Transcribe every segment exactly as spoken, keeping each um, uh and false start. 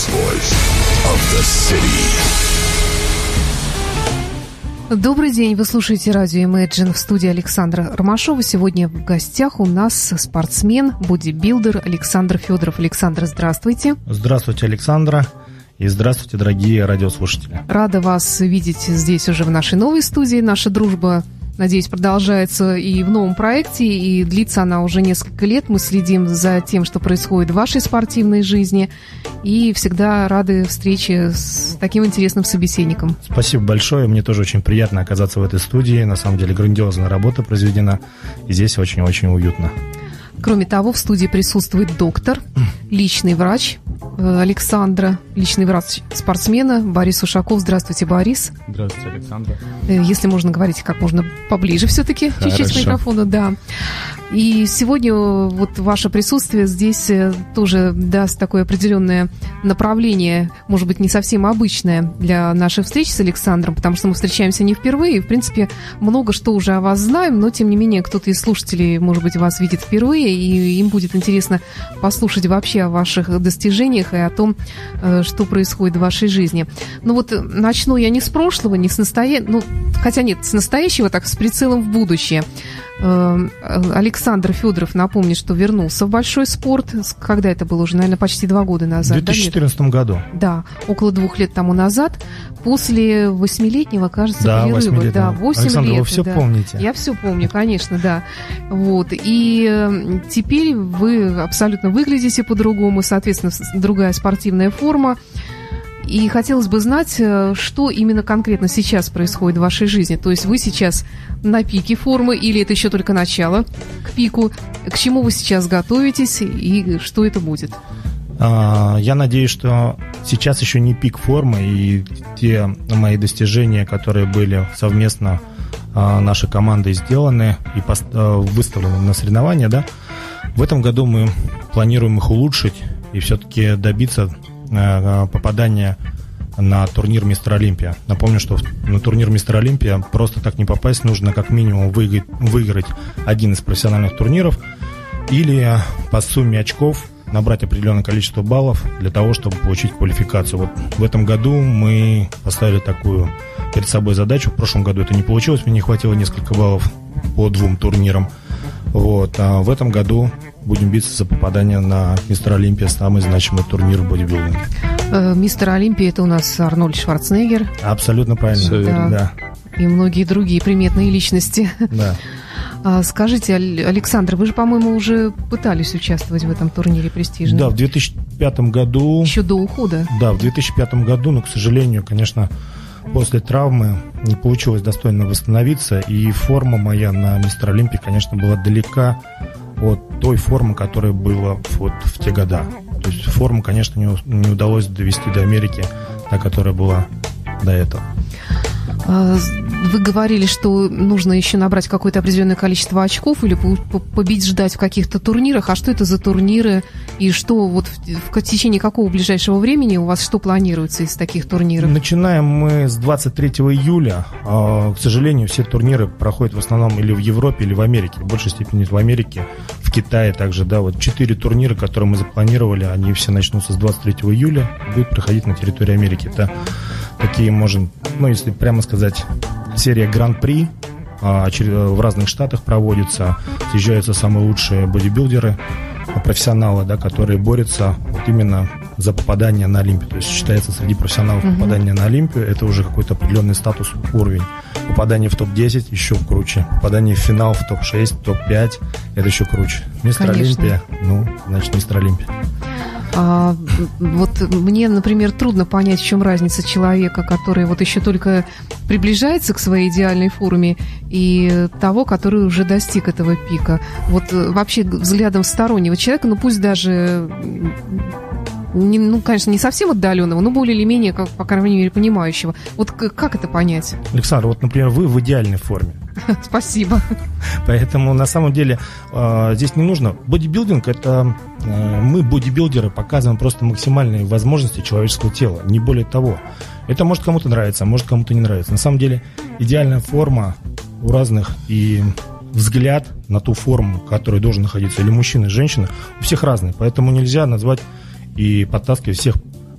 voice of the city. Добрый день, вы слушаете радио Imagine, в студии Александра Ромашова. Сегодня в гостях у нас спортсмен, бодибилдер Александр Федоров. Александр, здравствуйте. Здравствуйте, Александра. И здравствуйте, дорогие радиослушатели. Рада вас видеть здесь уже в нашей новой студии. Наша дружба, надеюсь, продолжается и в новом проекте, и длится она уже несколько лет. Мы следим за тем, что происходит в вашей спортивной жизни, и всегда рады встрече с таким интересным собеседником. Спасибо большое. Мне тоже очень приятно оказаться в этой студии. На самом деле грандиозная работа произведена, и здесь очень-очень уютно. Кроме того, в студии присутствует доктор, личный врач Александра, личный врач спортсмена Борис Ушаков. Здравствуйте, Борис. Здравствуйте, Александра. Если можно говорить как можно поближе все-таки, Хорошо. чуть-чуть к микрофону, да. И сегодня вот ваше присутствие здесь тоже даст такое определенное направление, может быть, не совсем обычное для нашей встречи с Александром, потому что мы встречаемся не впервые, и, в принципе, много что уже о вас знаем, но, тем не менее, кто-то из слушателей, может быть, вас видит впервые, и им будет интересно послушать вообще о ваших достижениях и о том, что происходит в вашей жизни. Ну вот начну я не с прошлого, не с настоящего, ну, хотя нет, с настоящего, так, с прицелом в будущее. Александр Федоров, напомню, что вернулся в большой спорт. Когда это было уже, наверное, почти два года назад. В две тысячи четырнадцатом да, году. Да, около двух лет тому назад, после восьмилетнего, кажется, да, перерыва. Да, восемь Александр, лет. Вы все да. помните? Я все помню, конечно, да. Вот. И теперь вы абсолютно выглядите по-другому, соответственно, другая спортивная форма. И хотелось бы знать, что именно конкретно сейчас происходит в вашей жизни. То есть вы сейчас на пике формы, или это еще только начало к пику? К чему вы сейчас готовитесь и что это будет? Я надеюсь, что сейчас еще не пик формы, и те мои достижения, которые были совместно нашей командой сделаны и выставлены на соревнования, да, в этом году мы планируем их улучшить и все-таки добиться попадания на турнир Мистер Олимпия. Напомню, что на турнир Мистер Олимпия просто так не попасть, нужно как минимум выиграть, выиграть один из профессиональных турниров или по сумме очков набрать определенное количество баллов для того, чтобы получить квалификацию. Вот в этом году мы поставили такую перед собой задачу. В прошлом году это не получилось, мне не хватило несколько баллов по двум турнирам. Вот. А в этом году будем биться за попадание на Мистер Олимпия, самый значимый турнир в бодибилдинге. Мистер Олимпия — это у нас Арнольд Шварценеггер. Абсолютно правильно. Да. Да. И многие другие приметные личности. Да. Скажите, Александр, вы же, по-моему, уже пытались участвовать в этом турнире престижном. Да, в две тысячи пятом году. Еще до ухода. Да, в две тысячи пятом году, но, к сожалению, конечно, после травмы не получилось достойно восстановиться, и форма моя на Мистер Олимпии, конечно, была далека от той формы, которая была вот в те года. То есть форму, конечно, не, не удалось довести до Америки, та, которая была до этого. Вы говорили, что нужно еще набрать какое-то определенное количество очков или побить ждать в каких-то турнирах. А что это за турниры? И что вот в, в течение какого ближайшего времени у вас что планируется из таких турниров? Начинаем мы с двадцать третьего июля. К сожалению, все турниры проходят в основном или в Европе, или в Америке. В большей степени в Америке, в Китае также. Да, вот четыре турнира, которые мы запланировали, они все начнутся с двадцать третьего июля, будут проходить на территории Америки. Это такие, можно, ну, если прямо сказать, серия Гран-при. В разных штатах проводится, съезжаются самые лучшие бодибилдеры, профессионалы, да, которые борются вот именно за попадание на Олимпию. То есть считается среди профессионалов uh-huh. попадание на Олимпию — это уже какой-то определенный статус, уровень. Попадание в топ десять еще круче. Попадание в финал в топ шесть, топ пять — это еще круче. Мистер Олимпия, ну, значит, Мистер Олимпия. А, вот мне, например, трудно понять, в чем разница человека, который вот еще только приближается к своей идеальной форме, и того, который уже достиг этого пика. Вот вообще взглядом стороннего человека, ну пусть даже, не, ну, конечно, не совсем отдаленного, но более или менее, как, по крайней мере, понимающего. Вот как это понять? Александр, вот, например, вы в идеальной форме. Спасибо. Поэтому на самом деле э, здесь не нужно. Бодибилдинг — это э, мы, бодибилдеры, показываем просто максимальные возможности человеческого тела, не более того. Это может кому-то нравиться, а может кому-то не нравится. На самом деле идеальная форма у разных, и взгляд на ту форму, в которой должен находиться или мужчина, или женщина, у всех разный. Поэтому нельзя назвать и подтаскивать всех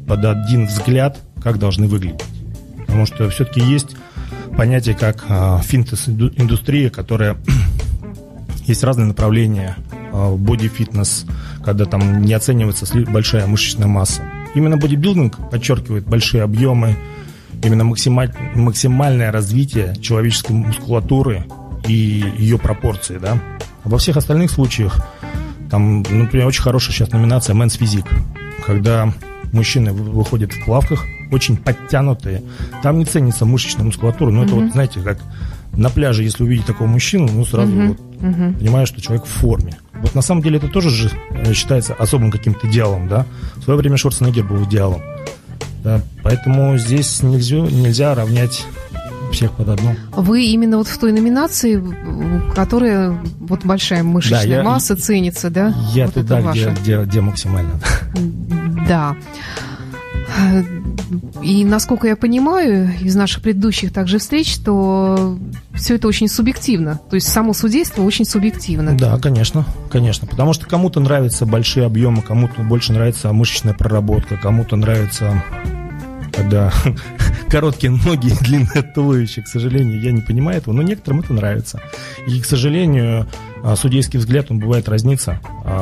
под один взгляд, как должны выглядеть. Потому что все-таки есть понятие, как э, фитнес-индустрия, которая... Есть разные направления, э, боди-фитнес, когда там не оценивается большая мышечная масса. Именно бодибилдинг подчеркивает большие объемы, именно максималь, максимальное развитие человеческой мускулатуры и ее пропорции, да. А во всех остальных случаях, там, например, очень хорошая сейчас номинация «Men's Physique», когда мужчины выходят в плавках, очень подтянутые, там не ценится мышечная мускулатура, но mm-hmm. это вот, знаете, как на пляже, если увидеть такого мужчину, ну, сразу mm-hmm. вот mm-hmm. понимаешь, что человек в форме. Вот на самом деле это тоже же считается особым каким-то идеалом, да. В свое время Шварценеггер был идеалом. Да, поэтому здесь нельзя, нельзя равнять всех под одну. Вы именно вот в той номинации, которая вот большая мышечная да, я, масса ценится, да? Я вот туда, где, где, где максимально. Да. И насколько я понимаю из наших предыдущих также встреч, что все это очень субъективно. То есть само судейство очень субъективно. Да, конечно, конечно. Потому что кому-то нравятся большие объемы, кому-то больше нравится мышечная проработка, кому-то нравится, когда короткие ноги и длинное туловище. К сожалению, я не понимаю этого, но некоторым это нравится. И, к сожалению, судейский взгляд, он бывает разнится.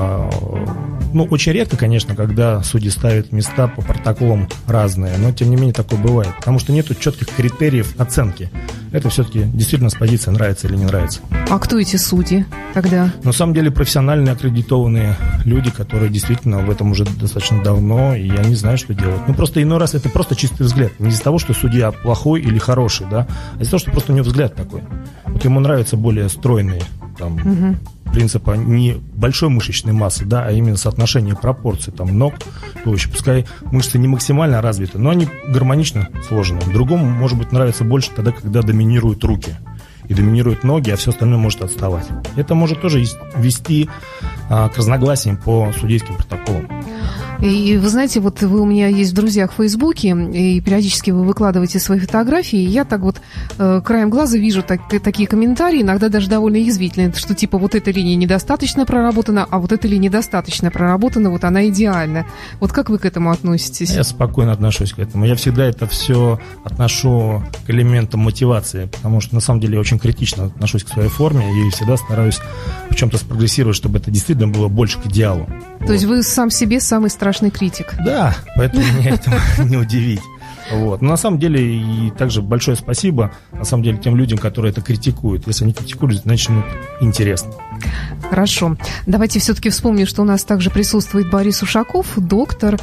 Ну, очень редко, конечно, когда судьи ставят места по протоколам разные, но, тем не менее, такое бывает. Потому что нету четких критериев оценки. Это все-таки действительно с позиции нравится или не нравится. А кто эти судьи тогда? На самом деле профессиональные, аккредитованные люди, которые действительно в этом уже достаточно давно, и они знают, что делать. Ну, просто иной раз это просто чистый взгляд. Не из-за того, что судья плохой или хороший, да, а из-за того, что просто у него взгляд такой. Вот ему нравятся более стройные там, угу. принципа не большой мышечной массы, да, а именно соотношение пропорций там, ног, туловища. Пускай мышцы не максимально развиты, но они гармонично сложены. Другому, может быть, нравится больше тогда, когда доминируют руки и доминируют ноги, а все остальное может отставать. Это может тоже вести а, к разногласиям по судейским протоколам. И вы знаете, вот вы у меня есть в друзьях в Фейсбуке, и периодически вы выкладываете свои фотографии, и я так вот э, краем глаза вижу так, такие комментарии, иногда даже довольно язвительные, что типа вот эта линия недостаточно проработана, а вот эта линия недостаточно проработана, вот она идеальна. Вот как вы к этому относитесь? Я спокойно отношусь к этому. Я всегда это все отношу к элементам мотивации, потому что на самом деле я очень критично отношусь к своей форме и всегда стараюсь в чем-то спрогрессировать, чтобы это действительно было больше к идеалу. То вот. есть вы сам себе самый страшный критик. Да, поэтому меня это не удивить. Вот. Но на самом деле и также большое спасибо на самом деле тем людям, которые это критикуют. Если они критикуют, значит им интересно. Хорошо. Давайте все-таки вспомним, что у нас также присутствует Борис Ушаков, доктор.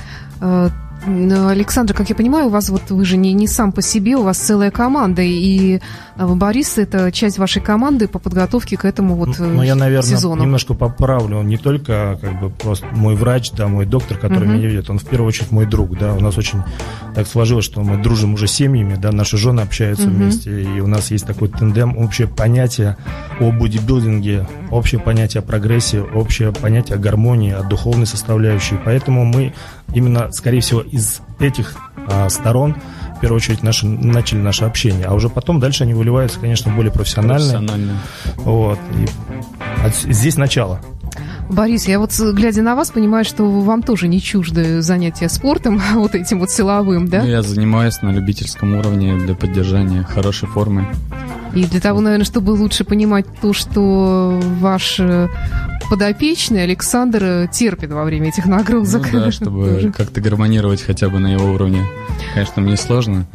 Александр, как я понимаю, у вас вот вы же не, не сам по себе, у вас целая команда, и Борис — это часть вашей команды по подготовке к этому вот сезону. Ну, я, наверное, немножко поправлю. Он не только как бы просто мой врач, да, мой доктор, который uh-huh. меня ведет, он в первую очередь мой друг, да. У нас очень так сложилось, что мы дружим уже семьями, да, наши жены общаются uh-huh. вместе, и у нас есть такой тандем, общее понятие о бодибилдинге, общее понятие о прогрессе, общее понятие о гармонии, о духовной составляющей. Поэтому мы именно, скорее всего, из этих а, сторон в первую очередь наши, начали наше общение, а уже потом дальше они выливаются, конечно, более профессионально. Профессионально. Вот. И от, здесь начало. Борис, я вот, глядя на вас, понимаю, что вам тоже не чужды занятия спортом, вот этим вот силовым, да? Я занимаюсь на любительском уровне для поддержания хорошей формы. И для того, наверное, чтобы лучше понимать то, что ваш подопечный Александр терпит во время этих нагрузок. Ну да, чтобы как-то гармонировать хотя бы на его уровне. Конечно, мне сложно.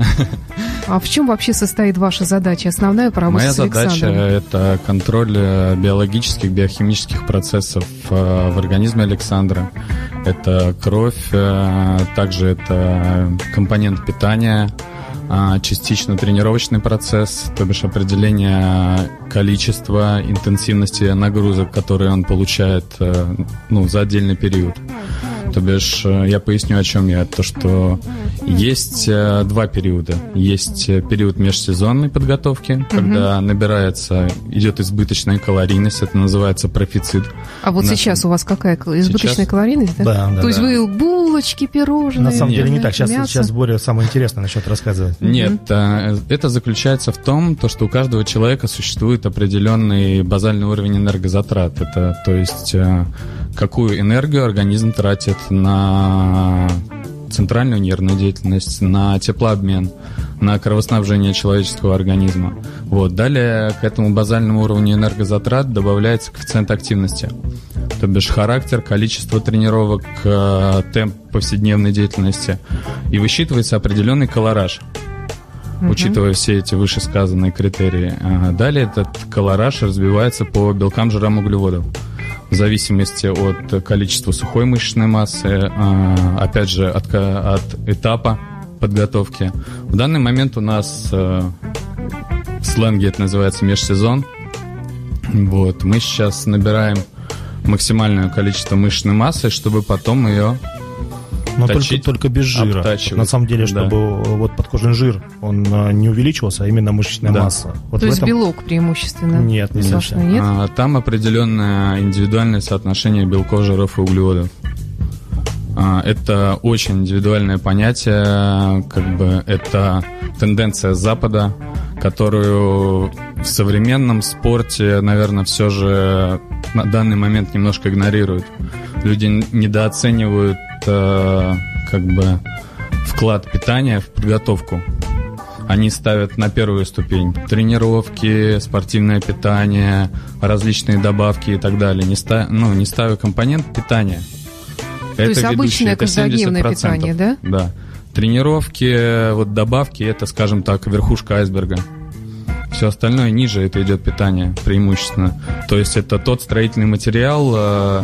А в чем вообще состоит ваша задача, основная по работе с Александром? Моя задача – это контроль биологических, биохимических процессов в организме Александра. Это кровь, также это компонент питания, частично тренировочный процесс, то бишь определение количества, интенсивности нагрузок, которые он получает, ну, за отдельный период. То бишь, я поясню, о чем я. То, что есть два периода. Есть период межсезонной подготовки, угу. когда набирается, идет избыточная калорийность, это называется профицит. А вот Наш... сейчас у вас какая избыточная сейчас... калорийность, да? Да, да. То да. есть вы булочки, пирожные? На самом нет, деле не так. Сейчас, мясо. сейчас Боря самое интересное начнет рассказывать. Нет, угу. это заключается в том, то, что у каждого человека существует определенный базальный уровень энергозатрат. Это, то есть, какую энергию организм тратит на центральную нервную деятельность, на теплообмен, на кровоснабжение человеческого организма. Вот. Далее к этому базальному уровню энергозатрат добавляется коэффициент активности, то бишь характер, количество тренировок, темп повседневной деятельности, и высчитывается определенный колораж, uh-huh. учитывая все эти вышесказанные критерии. Далее этот колораж разбивается по белкам, жирам, углеводам в зависимости от количества сухой мышечной массы, опять же, от, от этапа подготовки. В данный момент у нас в сленге это называется межсезон. Вот. Мы сейчас набираем максимальное количество мышечной массы, чтобы потом ее Но точить, только, только без жира. обтачивать. На самом деле, чтобы да. вот подкожный жир, он не увеличивался, а именно мышечная да. масса. Вот То есть этом... белок преимущественно? Нет, не совсем. Нет? А, там определенное индивидуальное соотношение белков, жиров и углеводов. А, это очень индивидуальное понятие, как бы это тенденция Запада, которую в современном спорте, наверное, все же на данный момент немножко игнорируют. Люди недооценивают э, как бы вклад питания в подготовку. Они ставят на первую ступень тренировки, спортивное питание, различные добавки и так далее, не, ста- ну, не ставя компонент питания. То это есть ведущее, обычное это каждодневное питание, да? Да. Тренировки, вот добавки, это, скажем так, верхушка айсберга. Все остальное ниже, это идет питание преимущественно. То есть это тот строительный материал,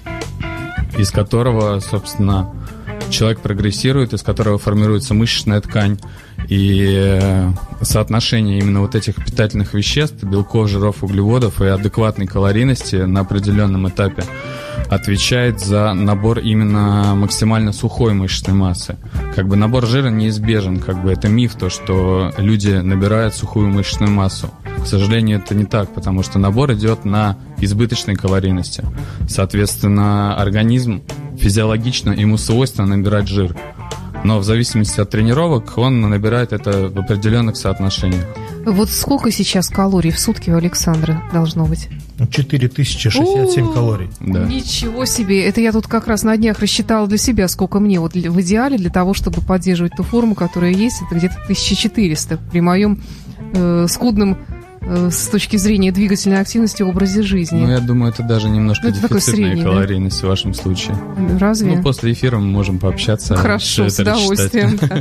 из которого, собственно, человек прогрессирует, из которого формируется мышечная ткань. И соотношение именно вот этих питательных веществ, белков, жиров, углеводов и адекватной калорийности на определенном этапе отвечает за набор именно максимально сухой мышечной массы. Как бы набор жира неизбежен, как бы это миф, то, что люди набирают сухую мышечную массу. К сожалению, это не так, потому что набор идет на избыточной калорийности. Соответственно, организм физиологично, ему свойственно набирать жир. Но в зависимости от тренировок он набирает это в определенных соотношениях. Вот сколько сейчас калорий в сутки у Александра должно быть? четыре тысячи шестьдесят семь калорий. Да. Ничего себе! Это я тут как раз на днях рассчитала для себя, сколько мне вот в идеале для того, чтобы поддерживать ту форму, которая есть, это где-то тысяча четыреста при моем э, скудном э, с точки зрения двигательной активности образе жизни. Ну, я думаю, это даже немножко ну, это дефицитная средний, калорийность, да? В вашем случае. Разве? Ну, после эфира мы можем пообщаться. Хорошо, с удовольствием. Да.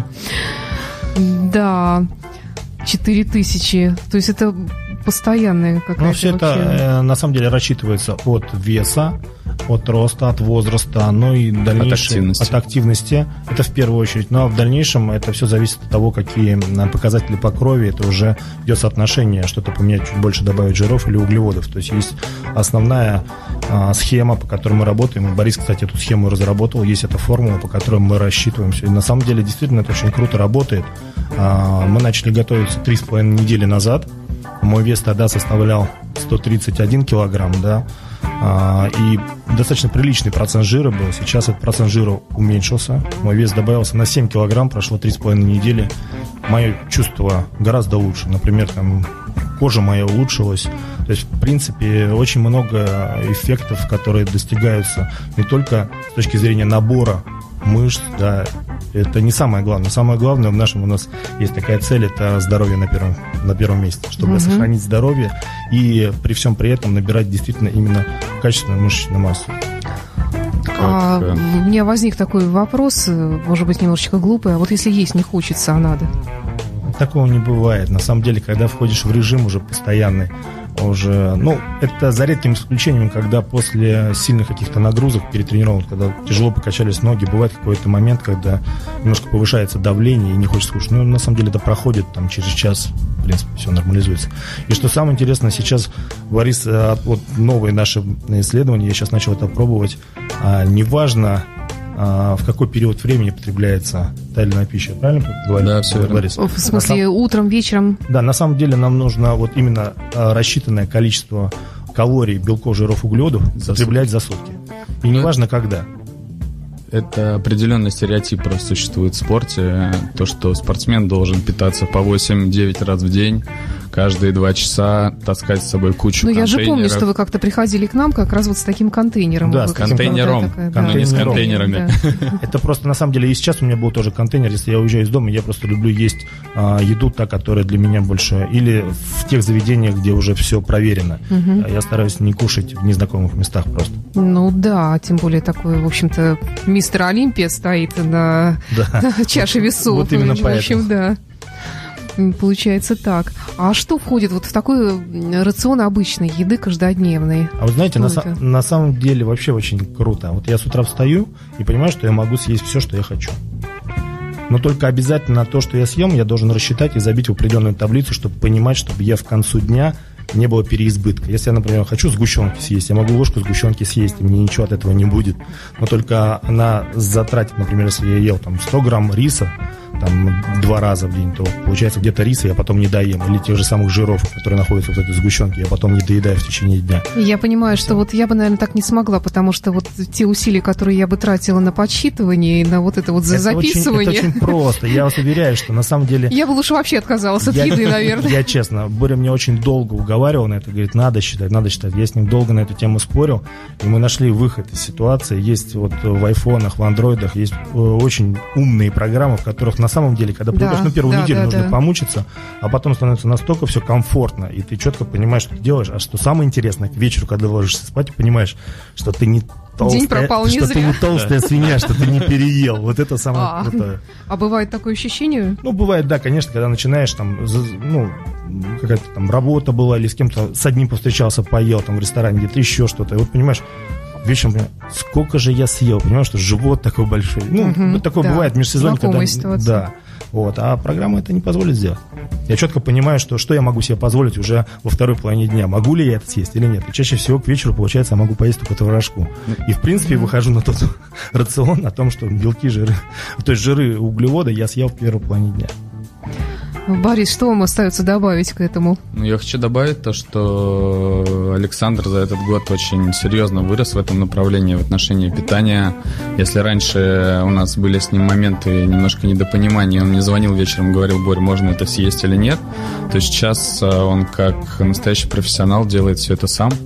да, четыре тысячи. То есть это постоянная какая-то. Ну, все это э, на самом деле рассчитывается от веса, от роста, от возраста, ну и дальнейшее, от активности. от активности. Это в первую очередь. Ну а в дальнейшем это все зависит от того, какие показатели по крови. Это уже идет соотношение, что-то поменять, чуть больше добавить жиров или углеводов. То есть есть основная а, схема, по которой мы работаем. И Борис, кстати, эту схему разработал. Есть эта формула, по которой мы рассчитываем все. И на самом деле действительно это очень круто работает. А, мы начали готовиться три с половиной недели назад. Мой вес тогда составлял сто тридцать один килограмм, да, а, и достаточно приличный процент жира был. Сейчас этот процент жира уменьшился. Мой вес добавился на семь килограмм, прошло три с половиной недели. Мое чувство гораздо лучше. Например, там, кожа моя улучшилась. То есть, в принципе, очень много эффектов, которые достигаются не только с точки зрения набора мышц, да, это не самое главное. Самое главное в нашем у нас есть такая цель, это здоровье на первом, на первом месте, чтобы угу. сохранить здоровье и при всем при этом набирать действительно именно качественную мышечную массу. А, у меня возник такой вопрос, может быть, немножечко глупый, а вот если есть не хочется, а надо? Такого не бывает. На самом деле, когда входишь в режим уже постоянный, уже, ну, это за редким исключением, когда после сильных каких-то нагрузок перетренировок, когда тяжело покачались ноги, бывает какой-то момент, когда немножко повышается давление и не хочется кушать. Ну, на самом деле, это проходит там через час, в принципе, все нормализуется. И что самое интересное, сейчас, Борис, вот новые наши исследования, я сейчас начал это пробовать, неважно, в какой период времени потребляется та или иная пища, правильно говорю? Да, все верно. Борис? В смысле, сам... утром, вечером? Да, на самом деле нам нужно вот именно рассчитанное количество калорий, белков, жиров, углеводов за потреблять сутки. за сутки. И неважно когда. Это определенный стереотип просто существует в спорте. То, что спортсмен должен питаться по восемь-девять раз в день, каждые два часа таскать с собой кучу ну, контейнеров. Ну, я же помню, что вы как-то приходили к нам как раз вот с таким контейнером. Да, с контейнером, такая, да. но не с контейнерами. Да. Это просто, на самом деле, и сейчас у меня был тоже контейнер. Если я уезжаю из дома, я просто люблю есть а, еду, та, которая для меня больше... Или в тех заведениях, где уже все проверено. Угу. Я стараюсь не кушать в незнакомых местах просто. Ну да, тем более такой, в общем-то, мистер Олимпия стоит на, да. на чаше весов. Вот именно в поэтому. общем, да. Получается так. А что входит вот в такой рацион обычной еды каждодневной? А вы знаете, на, на самом деле вообще очень круто. Вот я с утра встаю и понимаю, что я могу съесть все, что я хочу. Но только обязательно то, что я съем, я должен рассчитать и забить в определенную таблицу, чтобы понимать, чтобы я в концу дня не было переизбытка. Если я, например, хочу сгущенки съесть, я могу ложку сгущенки съесть, и мне ничего от этого не будет. Но только она затратит, например, если я ел там сто грамм риса, там два раза в день, то получается где-то риса я потом не доем, или тех же самых жиров, которые находятся в этой сгущенке, я потом не доедаю в течение дня. Я понимаю, что вот я бы, наверное, так не смогла, потому что вот те усилия, которые я бы тратила на подсчитывание и на вот это вот это записывание. Очень, это очень просто. Я вас уверяю, что на самом деле... Я бы лучше вообще отказалась от я, еды, наверное. Я честно, Боря меня очень долго уговаривал на это, говорит, надо считать, надо считать. Я с ним долго на эту тему спорил, и мы нашли выход из ситуации. Есть вот в айфонах, в андроидах, есть очень умные программы, в которых на самом деле, когда да, ну, первую да, неделю да, нужно да. помучиться, а потом становится настолько все комфортно, и ты четко понимаешь, что ты делаешь. А что самое интересное, к вечеру, когда ложишься спать, ты понимаешь, что ты не толстая, День пропал не что зря. ты не толстая свинья, что ты не переел. Вот это самое а, крутое. А бывает такое ощущение? Ну, бывает, да, конечно, когда начинаешь там, ну, какая-то там работа была, или с кем-то, с одним повстречался, поел там в ресторане, где-то еще что-то, и вот понимаешь, вечером, сколько же я съел, понимаешь, что живот такой большой. Ну, угу, такое да. бывает в межсезонье, когда... Да. Вот, а программа это не позволит сделать. Я четко понимаю, что, что я могу себе позволить уже во второй половине дня. Могу ли я это съесть или нет? И чаще всего к вечеру, получается, я могу поесть только творожку. И, в принципе, mm-hmm. выхожу на тот рацион о том, что белки, жиры, то есть жиры, углеводы я съел в первой половине дня. Борис, что вам остается добавить к этому? Ну, я хочу добавить то, что Александр за этот год очень серьезно вырос в этом направлении, в отношении питания. Если раньше у нас были с ним моменты немножко недопонимания, он мне звонил вечером и говорил, Борь, можно это съесть или нет, то сейчас он как настоящий профессионал делает все это сам.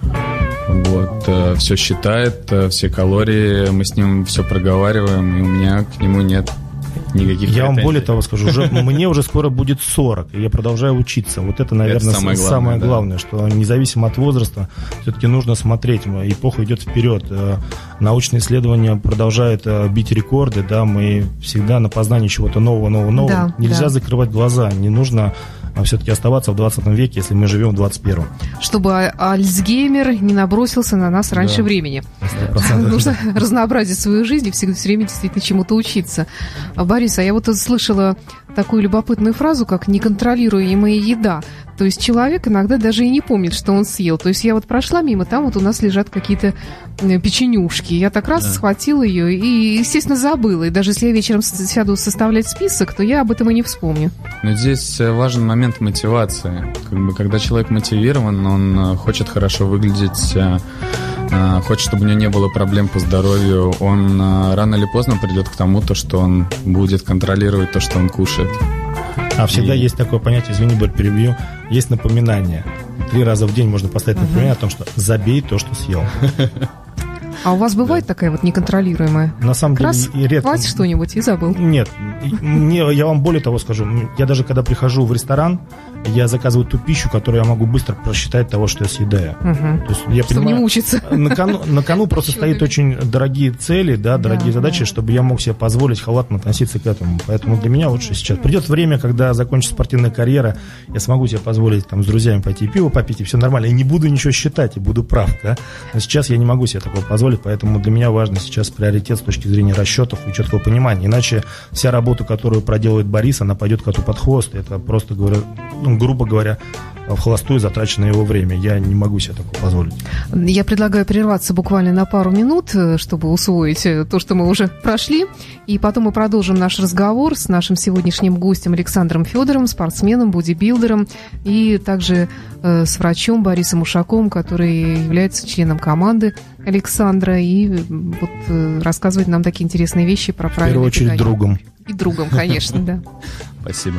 Вот, все считает, все калории, мы с ним все проговариваем, и у меня к нему нет никаких Я претензий. вам более того скажу, уже, мне уже скоро будет сорок, и я продолжаю учиться. Вот это, наверное, это самое, главное, самое да. главное, что независимо от возраста, все-таки нужно смотреть. Эпоха идет вперед. Научные исследования продолжают бить рекорды, да, мы всегда на познании чего-то нового, нового, нового. Да, Нельзя да. закрывать глаза, не нужно все-таки оставаться в двадцатом веке, если мы живем в двадцать первом. Чтобы Альцгеймер не набросился на нас раньше да. времени. Нужно разнообразить свою жизнь и все время действительно чему-то учиться. Борис, а я вот слышала такую любопытную фразу, как «неконтролируемая еда». То есть человек иногда даже и не помнит, что он съел. То есть я вот прошла мимо, там вот у нас лежат какие-то печенюшки. Я так раз да. схватила ее и, естественно, забыла. И даже если я вечером сяду составлять список, то я об этом и не вспомню. Но здесь важен момент мотивации. Как бы, когда человек мотивирован, он хочет хорошо выглядеть, хочет, чтобы у него не было проблем по здоровью, он рано или поздно придет к тому, то, что он будет контролировать то, что он кушает. А всегда и... есть такое понятие, извини, Борь, перебью, есть напоминание. Три раза в день можно поставить uh-huh. напоминание о том, что забей то, что съел. А у вас бывает да. такая вот неконтролируемая? На самом деле, раз, редко. Хватит что-нибудь и забыл. Нет, мне, я вам более того скажу. Я даже когда прихожу в ресторан, я заказываю ту пищу, которую я могу быстро просчитать того, что я съедаю. Угу. То есть, я чтобы понимаю, не мучиться. На кону, на кону просто стоят очень дорогие цели, да, дорогие да, задачи, да. чтобы я мог себе позволить халатно относиться к этому. Поэтому для меня лучше сейчас. Придет время, когда закончится спортивная карьера, я смогу себе позволить там с друзьями пойти пиво попить, и все нормально. И не буду ничего считать, и буду прав. Да? Но сейчас я не могу себе такого позволить, поэтому для меня важно сейчас приоритет с точки зрения расчетов и четкого понимания. Иначе вся работа, которую проделывает Борис, она пойдет коту под хвост. Это просто, говорю, ну, грубо говоря, в холостую затрачено его время. Я не могу себе такого позволить. Я предлагаю прерваться буквально на пару минут, чтобы усвоить то, что мы уже прошли. И потом мы продолжим наш разговор с нашим сегодняшним гостем Александром Федоровым, спортсменом, бодибилдером, и также э, с врачом Борисом Ушаковым, который является членом команды Александра и вот э, рассказывает нам такие интересные вещи про правильное питание. В первую очередь другом. И другом, конечно, да. Спасибо.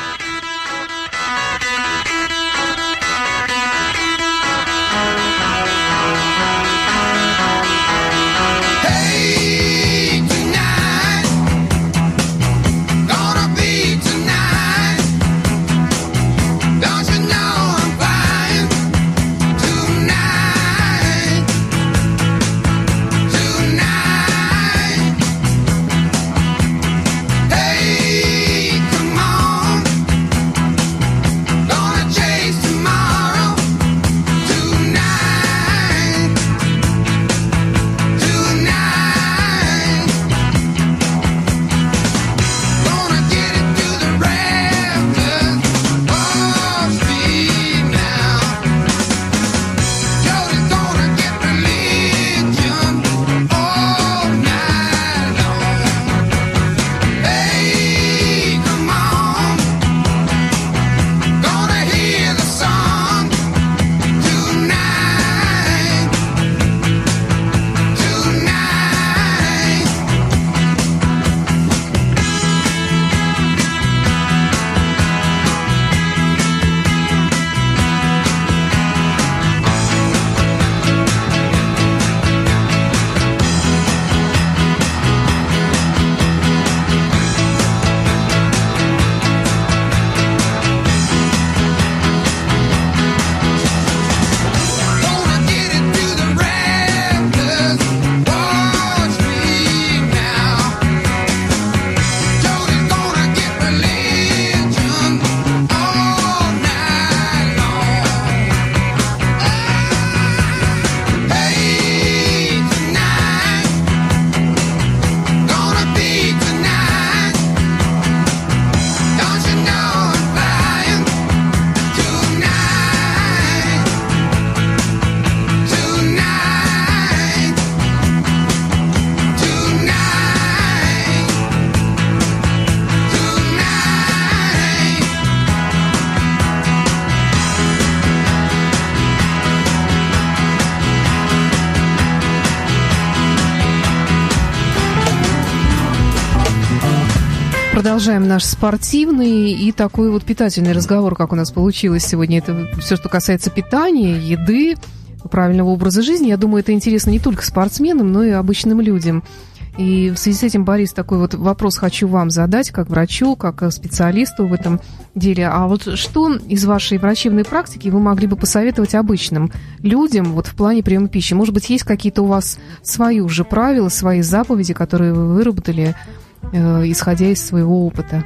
Продолжаем наш спортивный и такой вот питательный разговор, как у нас получилось сегодня. Это все, что касается питания, еды, правильного образа жизни. Я думаю, это интересно не только спортсменам, но и обычным людям. И в связи с этим, Борис, такой вот вопрос хочу вам задать, как врачу, как специалисту в этом деле. А вот что из вашей врачебной практики вы могли бы посоветовать обычным людям вот в плане приема пищи? Может быть, есть какие-то у вас свои уже правила, свои заповеди, которые вы выработали, э, исходя из своего опыта?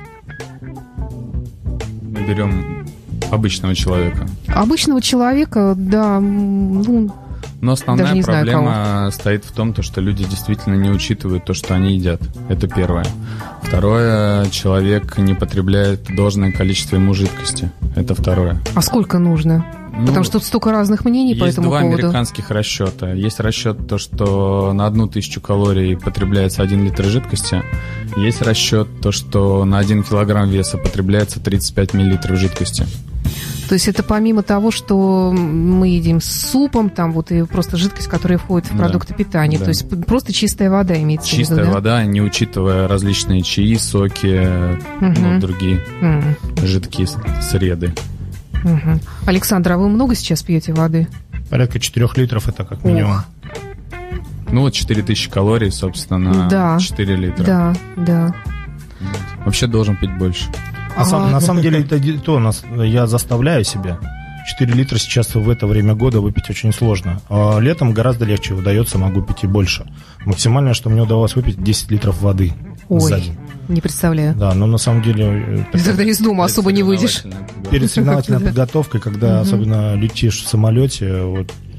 Мы берем обычного человека. Обычного человека, да, ну... Но основная проблема стоит в том, что люди действительно не учитывают то, что они едят. Это первое. Второе, человек не потребляет должное количество ему жидкости. Это второе. А сколько нужно? Ну, потому что тут столько разных мнений по этому поводу. Есть два американских расчета. Есть расчет, то, что на одну тысячу калорий потребляется один литр жидкости. Есть расчет, то, что на один килограмм веса потребляется тридцать пять миллилитров жидкости. То есть это помимо того, что мы едим с супом, там вот и просто жидкость, которая входит в продукты да, питания. Да. То есть просто чистая вода имеется в виду, чистая да? вода, не учитывая различные чаи, соки, угу. ну, другие угу. жидкие среды. Угу. Александр, а вы много сейчас пьете воды? Порядка четырех литров, это как минимум. Ох. Ну вот четыре тысячи калорий, собственно, на да, четыре литра. Да, да. Вообще должен пить больше. На, сам, на самом деле, это то, нас, я заставляю себя. четыре литра сейчас в это время года выпить очень сложно. А летом гораздо легче удается, могу пить и больше. Максимальное, что мне удалось выпить, десять литров воды. Ой, за день. Не представляю. Да, но на самом деле... Ты тогда из дома особо не выйдешь. Перед соревновательной подготовкой, когда особенно летишь в самолете, вот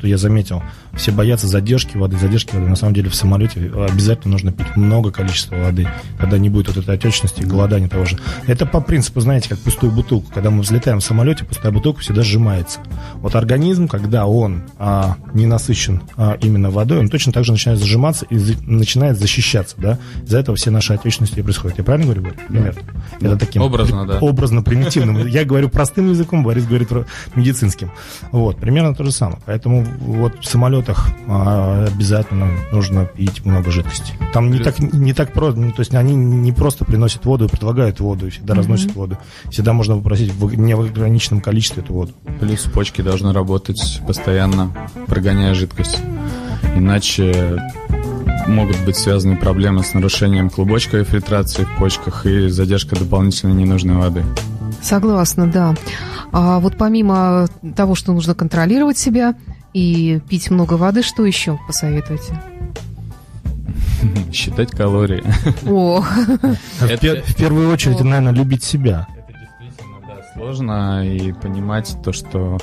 что я заметил, все боятся задержки воды, задержки воды. На самом деле в самолете обязательно нужно пить много количества воды, когда не будет вот этой отечности и голодания того же. Это по принципу, знаете, как пустую бутылку. Когда мы взлетаем в самолете, пустая бутылка всегда сжимается. Вот организм, когда он а, не насыщен а, именно водой, он точно так же начинает зажиматься и за, начинает защищаться, да. Из-за этого все наши отечности и происходят. Я правильно говорю? Нет. Да. Это таким образно, да. образно примитивным. Я говорю простым языком, Борис говорит медицинским. Вот, примерно то же самое. Поэтому вот в самолетах а, обязательно нужно пить много жидкости. Там не так, не так просто, то есть они не просто приносят воду и предлагают воду, и всегда mm-hmm. разносят воду. Всегда можно попросить в неограниченном количестве эту воду. Плюс почки должны работать постоянно, прогоняя жидкость. Иначе могут быть связаны проблемы с нарушением клубочковой фильтрации в почках и задержка дополнительной ненужной воды. Согласна, да. А вот помимо того, что нужно контролировать себя и пить много воды, что еще посоветуете? Считать калории. О. В первую очередь, наверное, любить себя. Это действительно, да, сложно, и понимать то, что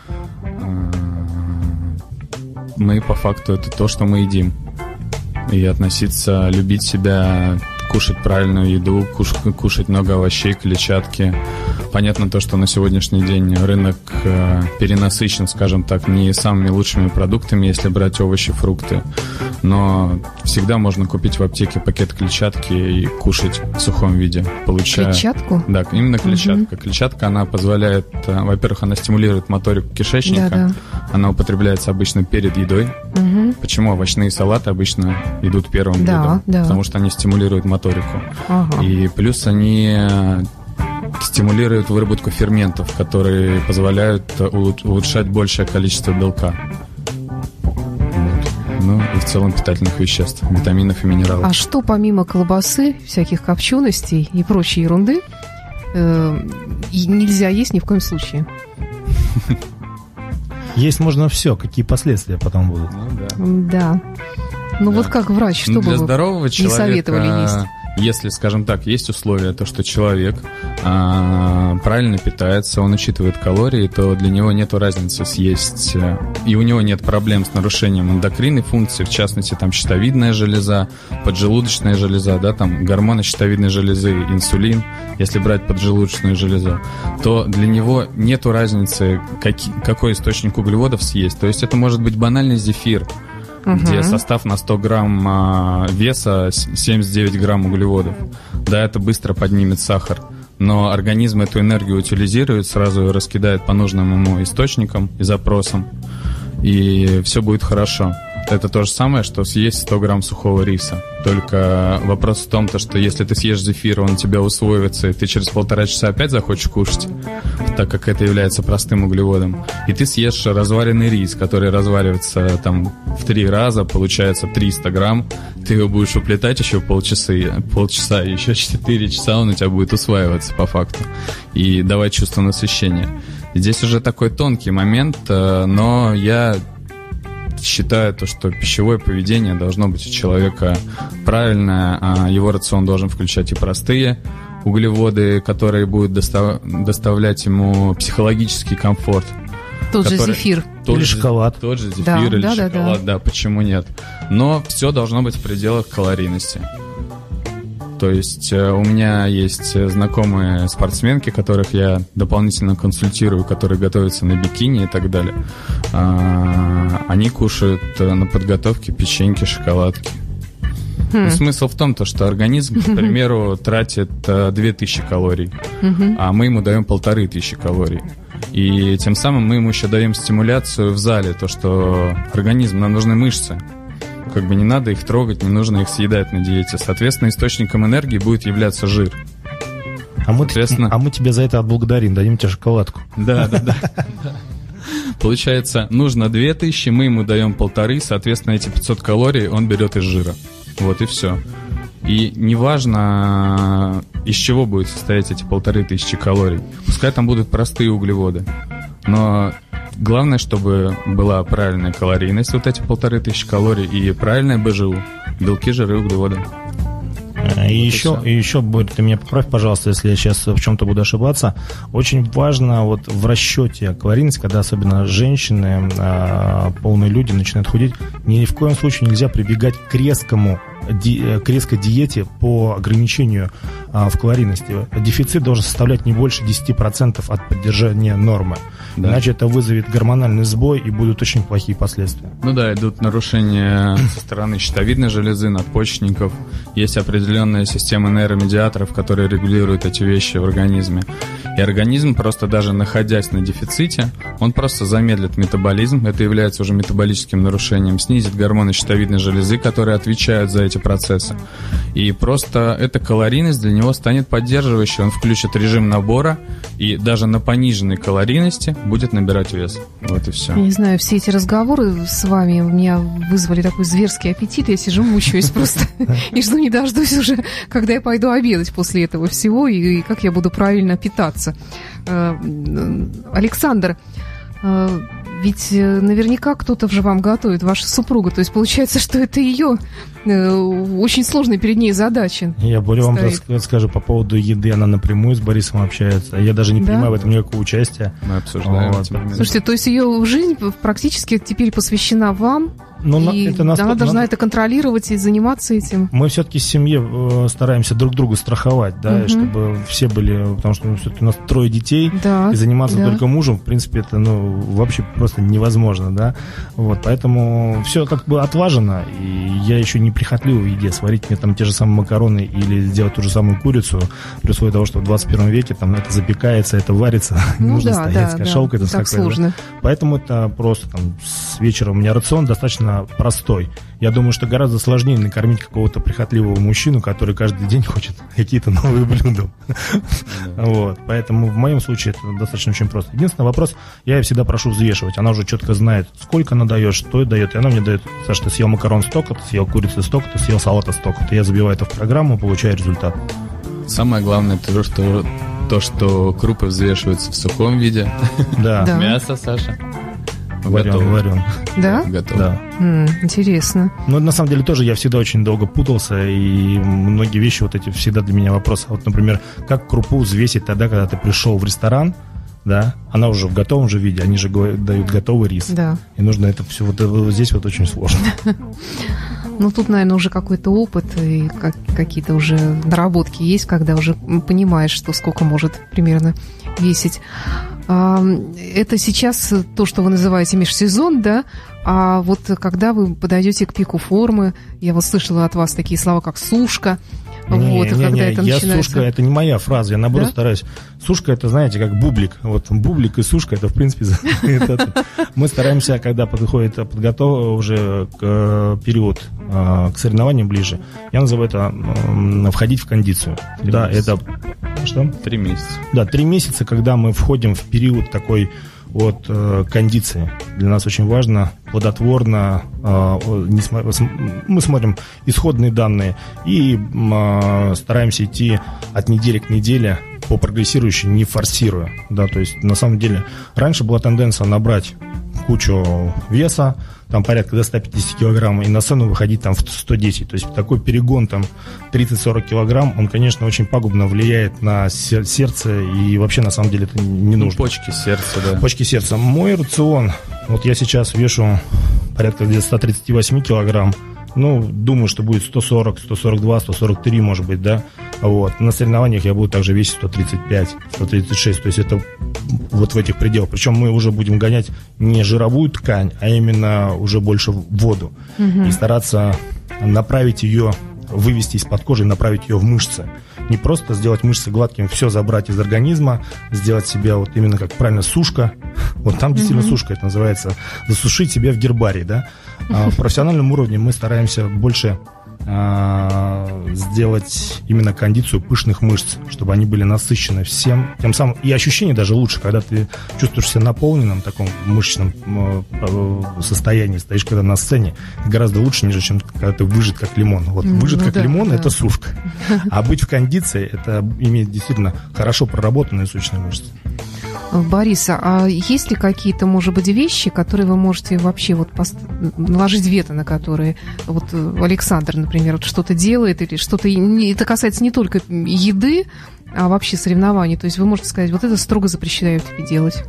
мы по факту это то, что мы едим. И относиться, любить себя, кушать правильную еду, кушать, кушать много овощей, клетчатки. Понятно то, что на сегодняшний день рынок э, перенасыщен, скажем так, не самыми лучшими продуктами, если брать овощи, фрукты. Но всегда можно купить в аптеке пакет клетчатки и кушать в сухом виде, получая... Клетчатку? Да, именно клетчатка. Угу. Клетчатка, она позволяет, э, во-первых, она стимулирует моторику кишечника. Да, да. Она употребляется обычно перед едой. Угу. Почему овощные салаты обычно идут первым да, блюдом? Да. Потому что они стимулируют моторику. Ага. И плюс они стимулируют выработку ферментов, которые позволяют улучшать большее количество белка. Вот. Ну и в целом питательных веществ, витаминов и минералов. А что помимо колбасы, всяких копченостей и прочей ерунды э, нельзя есть ни в коем случае? Есть можно все, какие последствия потом будут. Ну, да. Да. Ну да. Вот как врач, что ну, бы для вы здорового не человека, советовали есть? Если, скажем так, есть условия, то, что человек а, правильно питается, он учитывает калории, то для него нет разницы съесть, и у него нет проблем с нарушением эндокринной функции, в частности, там щитовидная железа, поджелудочная железа, да, там гормоны щитовидной железы, инсулин, если брать поджелудочную железу, то для него нет разницы, как, какой источник углеводов съесть. То есть это может быть банальный зефир, где состав на сто грамм а, веса семьдесят девять грамм углеводов. Да, это быстро поднимет сахар, но организм эту энергию утилизирует, сразу ее раскидает по нужным ему источникам и запросам, и все будет хорошо. Это то же самое, что съесть сто грамм сухого риса. Только вопрос в том, что если ты съешь зефир, он у тебя усвоится, и ты через полтора часа опять захочешь кушать, так как это является простым углеводом. И ты съешь разваренный рис, который разваривается там в три раза, получается триста грамм. Ты его будешь уплетать еще полчаса, полчаса, и еще четыре часа он у тебя будет усваиваться по факту и давать чувство насыщения. Здесь уже такой тонкий момент, но я... считаю то, что пищевое поведение должно быть у человека правильное, а его рацион должен включать и простые углеводы, которые будут достав... доставлять ему психологический комфорт. Тот который... же зефир. Тот или же, шоколад. Тот же зефир да, или да, шоколад, да, да. да, почему нет. Но все должно быть в пределах калорийности. То есть у меня есть знакомые спортсменки, которых я дополнительно консультирую, которые готовятся на бикини и так далее. Они кушают на подготовке печеньки, шоколадки. Хм. Ну, смысл в том, то, что организм, к примеру, тратит две тысячи калорий, а мы ему даем полторы тысячи калорий. И тем самым мы ему еще даем стимуляцию в зале, то, что организм, нам нужны мышцы. Как бы не надо их трогать, не нужно их съедать на диете. Соответственно, источником энергии будет являться жир. А мы, а мы тебя за это отблагодарим, дадим тебе шоколадку. Да, да, да. Получается, нужно две тысячи, мы ему даем полторы, соответственно, эти пятьсот калорий он берет из жира. Вот и все. И неважно, из чего будет состоять эти полторы тысячи калорий. Пускай там будут простые углеводы. Но главное, чтобы была правильная калорийность, вот эти полторы тысячи калорий, и правильная БЖУ, белки, жиры, углеводы. И еще, и еще, Борь, ты меня поправь, пожалуйста, если я сейчас в чем-то буду ошибаться. Очень важно вот в расчете калорийности, когда особенно женщины, полные люди начинают худеть, ни в коем случае нельзя прибегать к резкому к резкой диете по ограничению а, в калорийности. Дефицит должен составлять не больше десять процентов от поддержания нормы. Да. Иначе это вызовет гормональный сбой и будут очень плохие последствия. Ну да, идут нарушения со стороны щитовидной железы, надпочечников. Есть определенная система нейромедиаторов, которые регулируют эти вещи в организме. И организм, просто даже находясь на дефиците, он просто замедлит метаболизм. Это является уже метаболическим нарушением. Снизит гормоны щитовидной железы, которые отвечают за эти процессы. И просто эта калорийность для него станет поддерживающей. Он включит режим набора и даже на пониженной калорийности будет набирать вес. Вот и все. Я не знаю, все эти разговоры с вами у меня вызвали такой зверский аппетит. Я сижу, мучаюсь просто и жду не дождусь уже, когда я пойду обедать после этого всего и как я буду правильно питаться. Александр, ведь наверняка кто-то же вам готовит, ваша супруга. То есть получается, что это ее очень сложная перед ней задача. Я более вам скажу по поводу еды. Она напрямую с Борисом общается. Я даже не да? принимаю в этом никакого участия. Мы обсуждаем. Вот. Слушайте, то есть ее жизнь практически теперь посвящена вам? Но и это нас, она должна надо... это контролировать и заниматься этим. Мы все-таки в семье стараемся друг друга страховать, да, угу. чтобы все были, потому что ну, все-таки у нас трое детей, да, и заниматься да. только мужем, в принципе, это ну, вообще просто невозможно, да. Вот, поэтому все как бы отлажено, и я еще не прихотливый в еде. Сварить мне там те же самые макароны или сделать ту же самую курицу, при условии того, что в двадцать первом веке там это запекается, это варится, ну, не нужно да, стоять да, с кошелкой, да, это сложно. Да. Поэтому это просто там с вечера у меня рацион достаточно простой. Я думаю, что гораздо сложнее накормить какого-то прихотливого мужчину, который каждый день хочет какие-то новые блюда. Вот. Поэтому в моем случае это достаточно очень просто. Единственный вопрос, я ее всегда прошу взвешивать. Она уже четко знает, сколько она дает, что дает. И она мне дает: Саша, ты съел макарон столько, ты съел курицы столько, ты съел салата столько. Я забиваю это в программу, получаю результат. Самое главное, это то, что, то, что крупы взвешиваются в сухом виде. Да. Мясо, Саша. Варен, варен. Да? Готов. Да. М, интересно. Ну, на самом деле, тоже я всегда очень долго путался, и многие вещи вот эти всегда для меня вопросы. Вот, например, как крупу взвесить тогда, когда ты пришел в ресторан, да, она уже в готовом же виде, они же дают готовый рис. Да. И нужно это все, вот, вот здесь вот очень сложно. Ну, тут, наверное, уже какой-то опыт и как, какие-то уже наработки есть, когда уже понимаешь, что сколько может примерно весить. Это сейчас то, что вы называете межсезон, да? А вот когда вы подойдете к пику формы, я вот слышала от вас такие слова, как сушка. Не, вот, не, когда не, это я начинается... сушка, это не моя фраза, я наоборот да? стараюсь. Сушка, это, знаете, как бублик. Вот бублик и сушка, это, в принципе, мы стараемся, когда подходит подготовка уже к период, к соревнованиям ближе, я называю это входить в кондицию. Да, это... Что? Три месяца. Да, три месяца, когда мы входим в период такой вот э, кондиции. Для нас очень важно плодотворно, э, не см... мы смотрим исходные данные и э, стараемся идти от недели к неделе по прогрессирующей, не форсируя. Да, то есть на самом деле раньше была тенденция набрать кучу веса, там порядка до ста пятидесяти килограмм, и на сцену выходить там в сто десять. То есть такой перегон там тридцать-сорок килограмм, он, конечно, очень пагубно влияет на сердце, и вообще на самом деле это не нужно. Ну, почки сердца, да. Почки сердца. Мой рацион, вот я сейчас вешу порядка где-то ста тридцати восьми килограмм. Ну, думаю, что будет сто сорок, сто сорок два, сто сорок три, может быть, да. Вот. На соревнованиях я буду также весить сто тридцать пять, сто тридцать шесть. То есть это вот в этих пределах. Причем мы уже будем гонять не жировую ткань, а именно уже больше воду. Угу. И стараться направить ее, вывести из-под кожи и направить ее в мышцы. Не просто сделать мышцы гладкими, все забрать из организма, сделать себя вот именно как правильно сушка. Вот там действительно mm-hmm. сушка, это называется засушить себя в гербарии, да. А в профессиональном уровне мы стараемся больше а, сделать именно кондицию пышных мышц, чтобы они были насыщены всем, тем самым и ощущение даже лучше, когда ты чувствуешь себя наполненным в таком мышечном э, состоянии, стоишь когда на сцене, гораздо лучше, нежели чем когда ты выжат как лимон. Вот выжат ну, как да, лимон да. это сушка, а быть в кондиции это имеет действительно хорошо проработанные сущные мышцы. Борис, а есть ли какие-то, может быть, вещи, которые вы можете вообще вот пост... наложить вето на которые? Вот Александр, например, вот что-то делает или что-то... Это касается не только еды, а вообще соревнований. То есть вы можете сказать, вот это строго запрещаю тебе делать.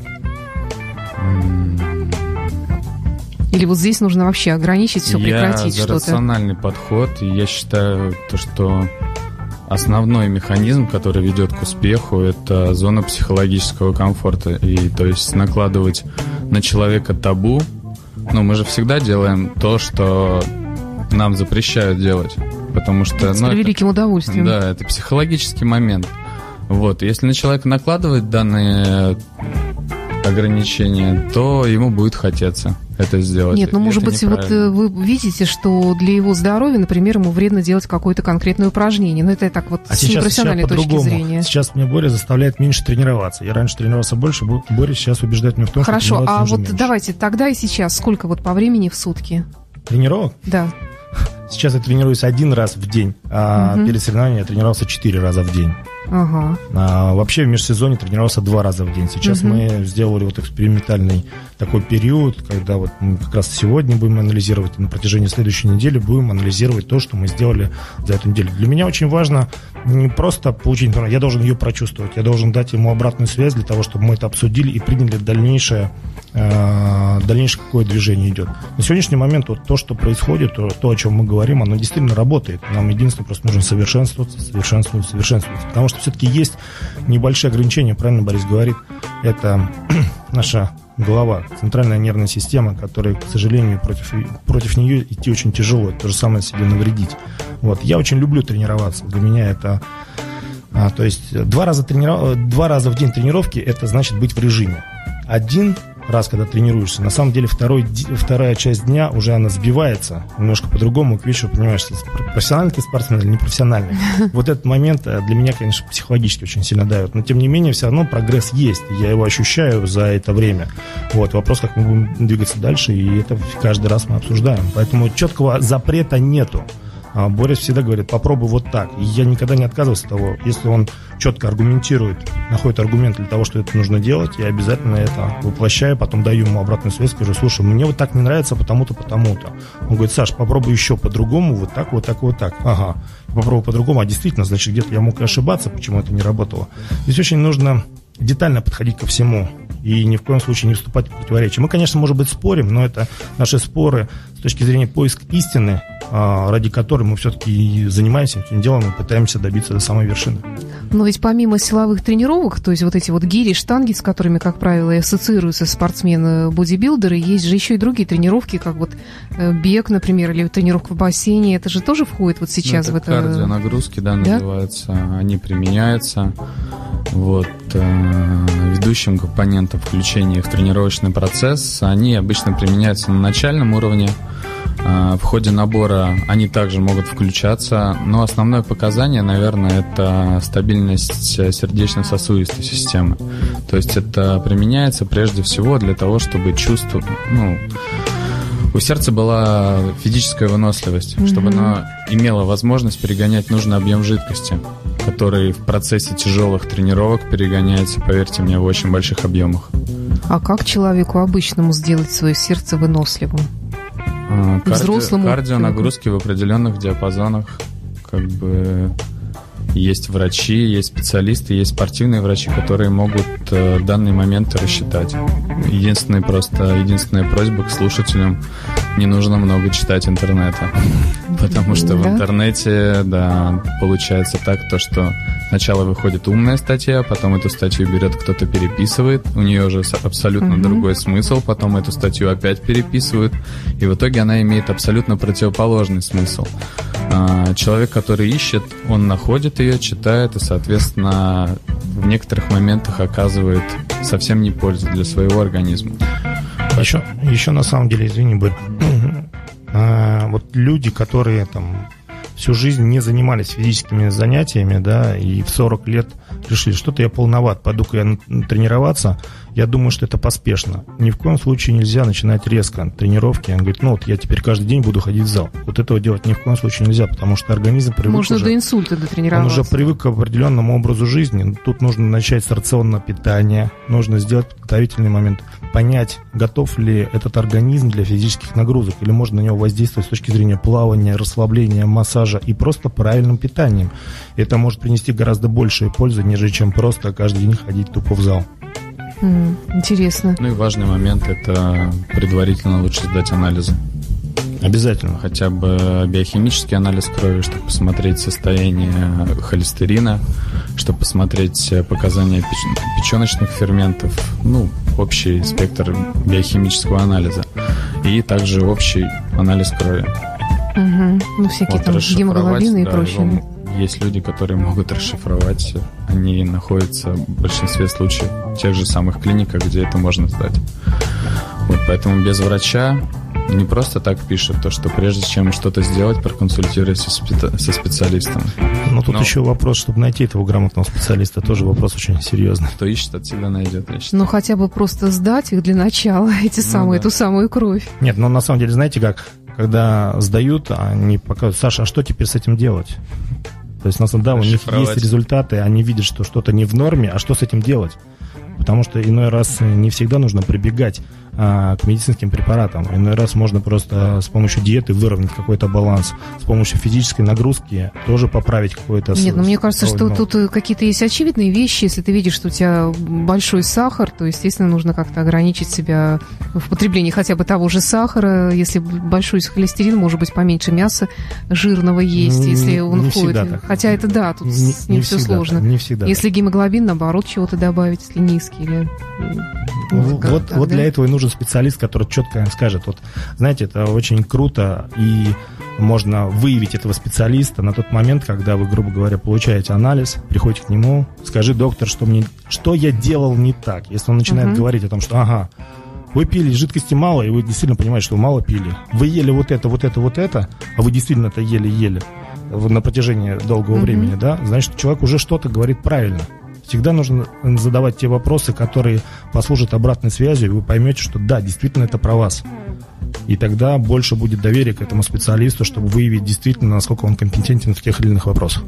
Или вот здесь нужно вообще ограничить, все прекратить я что-то? Я за рациональный подход, и я считаю, то, что основной механизм, который ведет к успеху, это зона психологического комфорта. И то есть накладывать на человека табу, ну, мы же всегда делаем то, что нам запрещают делать. Потому что, с ну, превеликим это, удовольствием. Да, это психологический момент. Вот, если на человека накладывать данные ограничения, то ему будет хотеться это сделать. Нет, ну, может быть, вот вы видите, что для его здоровья, например, ему вредно делать какое-то конкретное упражнение. Но это так вот а с сейчас, непрофессиональной сейчас точки зрения. Сейчас меня Боря заставляет меньше тренироваться. Я раньше тренировался больше, Боря сейчас убеждает меня в том, Хорошо, что а вот меньше. Давайте тогда и сейчас сколько вот по времени в сутки? Тренировок? Да. Сейчас я тренируюсь один раз в день, а угу. перед соревнованием я тренировался четыре раза в день. Ага. А, вообще в межсезонье тренировался два раза в день. Сейчас угу. мы сделали вот экспериментальный такой период, когда вот мы как раз сегодня будем анализировать, и на протяжении следующей недели будем анализировать то, что мы сделали за эту неделю. Для меня очень важно не просто получить информацию, я должен ее прочувствовать, я должен дать ему обратную связь для того, чтобы мы это обсудили и приняли дальнейшее, э, дальнейшее какое движение идет. На сегодняшний момент вот то, что происходит, то, то, о чем мы говорим, оно действительно работает. Нам единственное просто нужно совершенствоваться, совершенствоваться, совершенствоваться. Потому что все-таки есть небольшие ограничения, правильно Борис говорит, это наша голова, центральная нервная система, которая, к сожалению, против, против нее идти очень тяжело, то же самое себе навредить. Вот. Я очень люблю тренироваться, для меня это... А, то есть два раза, трениров... два раза в день тренировки, это значит быть в режиме. Один раз, когда тренируешься, на самом деле второй, вторая часть дня уже она сбивается немножко по-другому, к вечеру понимаешь, профессиональный ты спортсмен или непрофессиональный. Вот этот момент для меня, конечно, психологически очень сильно давит, но тем не менее все равно прогресс есть, я его ощущаю за это время. Вот, вопрос, как мы будем двигаться дальше, и это каждый раз мы обсуждаем, поэтому четкого запрета нету. Борис всегда говорит, попробуй вот так. И я никогда не отказываюсь от того, если он четко аргументирует, находит аргумент для того, что это нужно делать, я обязательно это воплощаю, потом даю ему обратную связь, скажу, слушай, мне вот так не нравится потому-то, потому-то. Он говорит, Саш, попробуй еще по-другому, вот так, вот так, вот так. Ага, попробуй по-другому, а действительно, значит, где-то я мог ошибаться, почему это не работало. Здесь очень нужно детально подходить ко всему и ни в коем случае не вступать в противоречие. Мы, конечно, может быть, спорим, но это наши споры с точки зрения поиска истины, ради которой мы все-таки занимаемся этим делом и пытаемся добиться до самой вершины. Но ведь помимо силовых тренировок, то есть вот эти вот гири, штанги, с которыми, как правило, ассоциируются спортсмены-бодибилдеры, есть же еще и другие тренировки, как вот бег, например, или тренировка в бассейне, это же тоже входит вот сейчас ну, это в это... кардионагрузки, да, называются, да? Они применяются. Вот, э, ведущим компонентом включения их в тренировочный процесс, они обычно применяются на начальном уровне. Э, в ходе набора они также могут включаться, но основное показание, наверное, это стабильность сердечно-сосудистой системы. То есть это применяется прежде всего для того, чтобы чувство, ну, у сердца была физическая выносливость, mm-hmm. чтобы оно имело возможность перегонять нужный объем жидкости, который в процессе тяжелых тренировок перегоняется, поверьте мне, в очень больших объемах. А как человеку обычному сделать свое сердце выносливым? А, карди... Взрослому? Кардионагрузки в определенных диапазонах, как бы... Есть врачи, есть специалисты, есть спортивные врачи, которые могут э, данные моменты рассчитать. Единственная просто, единственная просьба к слушателям: не нужно много читать интернета. Потому что в интернете, да, получается так, то, что сначала выходит умная статья, потом эту статью берет кто-то, переписывает, у нее уже абсолютно mm-hmm. другой смысл, потом эту статью опять переписывают, и в итоге она имеет абсолютно противоположный смысл. Человек, который ищет, он находит ее, читает и, соответственно, в некоторых моментах оказывает совсем не пользу для своего организма. Еще, еще на самом деле, извини, Борь, вот люди, которые там всю жизнь не занимались физическими занятиями, да, и в сорок лет решили, что-то я полноват, пойду-ка я тренироваться. я думаю, что это поспешно. Ни в коем случае нельзя начинать резко тренировки. Он говорит, ну вот я теперь каждый день буду ходить в зал. Вот этого делать ни в коем случае нельзя, потому что организм привык Можно уже, до инсульта дотренироваться. Он уже привык к определенному образу жизни. Тут нужно начать с рационного питания, нужно сделать подготовительный момент, понять, готов ли этот организм для физических нагрузок, или можно на него воздействовать с точки зрения плавания, расслабления, массажа и просто правильным питанием. Это может принести гораздо большую пользу, нежели чем просто каждый день ходить тупо в зал. Mm, интересно. Ну и важный момент – это предварительно лучше сдать анализы. Обязательно. Хотя бы биохимический анализ крови, чтобы посмотреть состояние холестерина, чтобы посмотреть показания печ- печеночных ферментов, ну, общий спектр биохимического анализа. И также общий анализ крови. Угу. Ну, всякие вот, там гемоглобины и да, прочее. Его, есть люди, которые могут расшифровать. Они находятся в большинстве случаев в тех же самых клиниках, где это можно сдать. Вот, поэтому без врача не просто так пишут, то, что прежде чем что-то сделать, проконсультируйся со специалистом. Но тут Но... еще вопрос, чтобы найти этого грамотного специалиста, тоже вопрос очень серьезный. Кто ищет, от всегда найдет, я Ну, хотя бы просто сдать их для начала, эти ну, самые, да. эту самую кровь. Нет, ну, на самом деле, знаете как, когда сдают, они показывают, Саша, а что теперь с этим делать? То есть, на самом деле, да, у них есть результаты, они видят, что что-то не в норме, а что с этим делать? Потому что иной раз не всегда нужно прибегать а, к медицинским препаратам. Иной раз можно просто с помощью диеты выровнять какой-то баланс, с помощью физической нагрузки тоже поправить какой-то... Нет, ну мне кажется, что тут какие-то есть очевидные вещи. Если ты видишь, что у тебя большой сахар, то, естественно, нужно как-то ограничить себя в потреблении хотя бы того же сахара. Если большой холестерин, может быть, поменьше мяса жирного есть, не, если он не входит. Всегда так. Хотя это да, тут не, с ним не все всегда сложно. Так, не всегда если так. Гемоглобин, наоборот, чего-то добавить, если низкий. Или... Вот, вот, так, вот да? для этого и нужен специалист, который четко скажет. Вот, знаете, это очень круто, и можно выявить этого специалиста на тот момент, когда вы, грубо говоря, получаете анализ, приходите к нему, скажи, доктор, что, мне, что я делал не так. Если он начинает uh-huh. говорить о том, что ага, вы пили жидкости мало, и вы действительно понимаете, что вы мало пили. Вы ели вот это, вот это, вот это, а вы действительно это ели-ели на протяжении долгого uh-huh. времени, да, значит, человек уже что-то говорит правильно. Всегда нужно задавать те вопросы, которые послужат обратной связью, и вы поймете, что да, действительно это про вас. И тогда больше будет доверия к этому специалисту, чтобы выявить действительно, насколько он компетентен в тех или иных вопросах.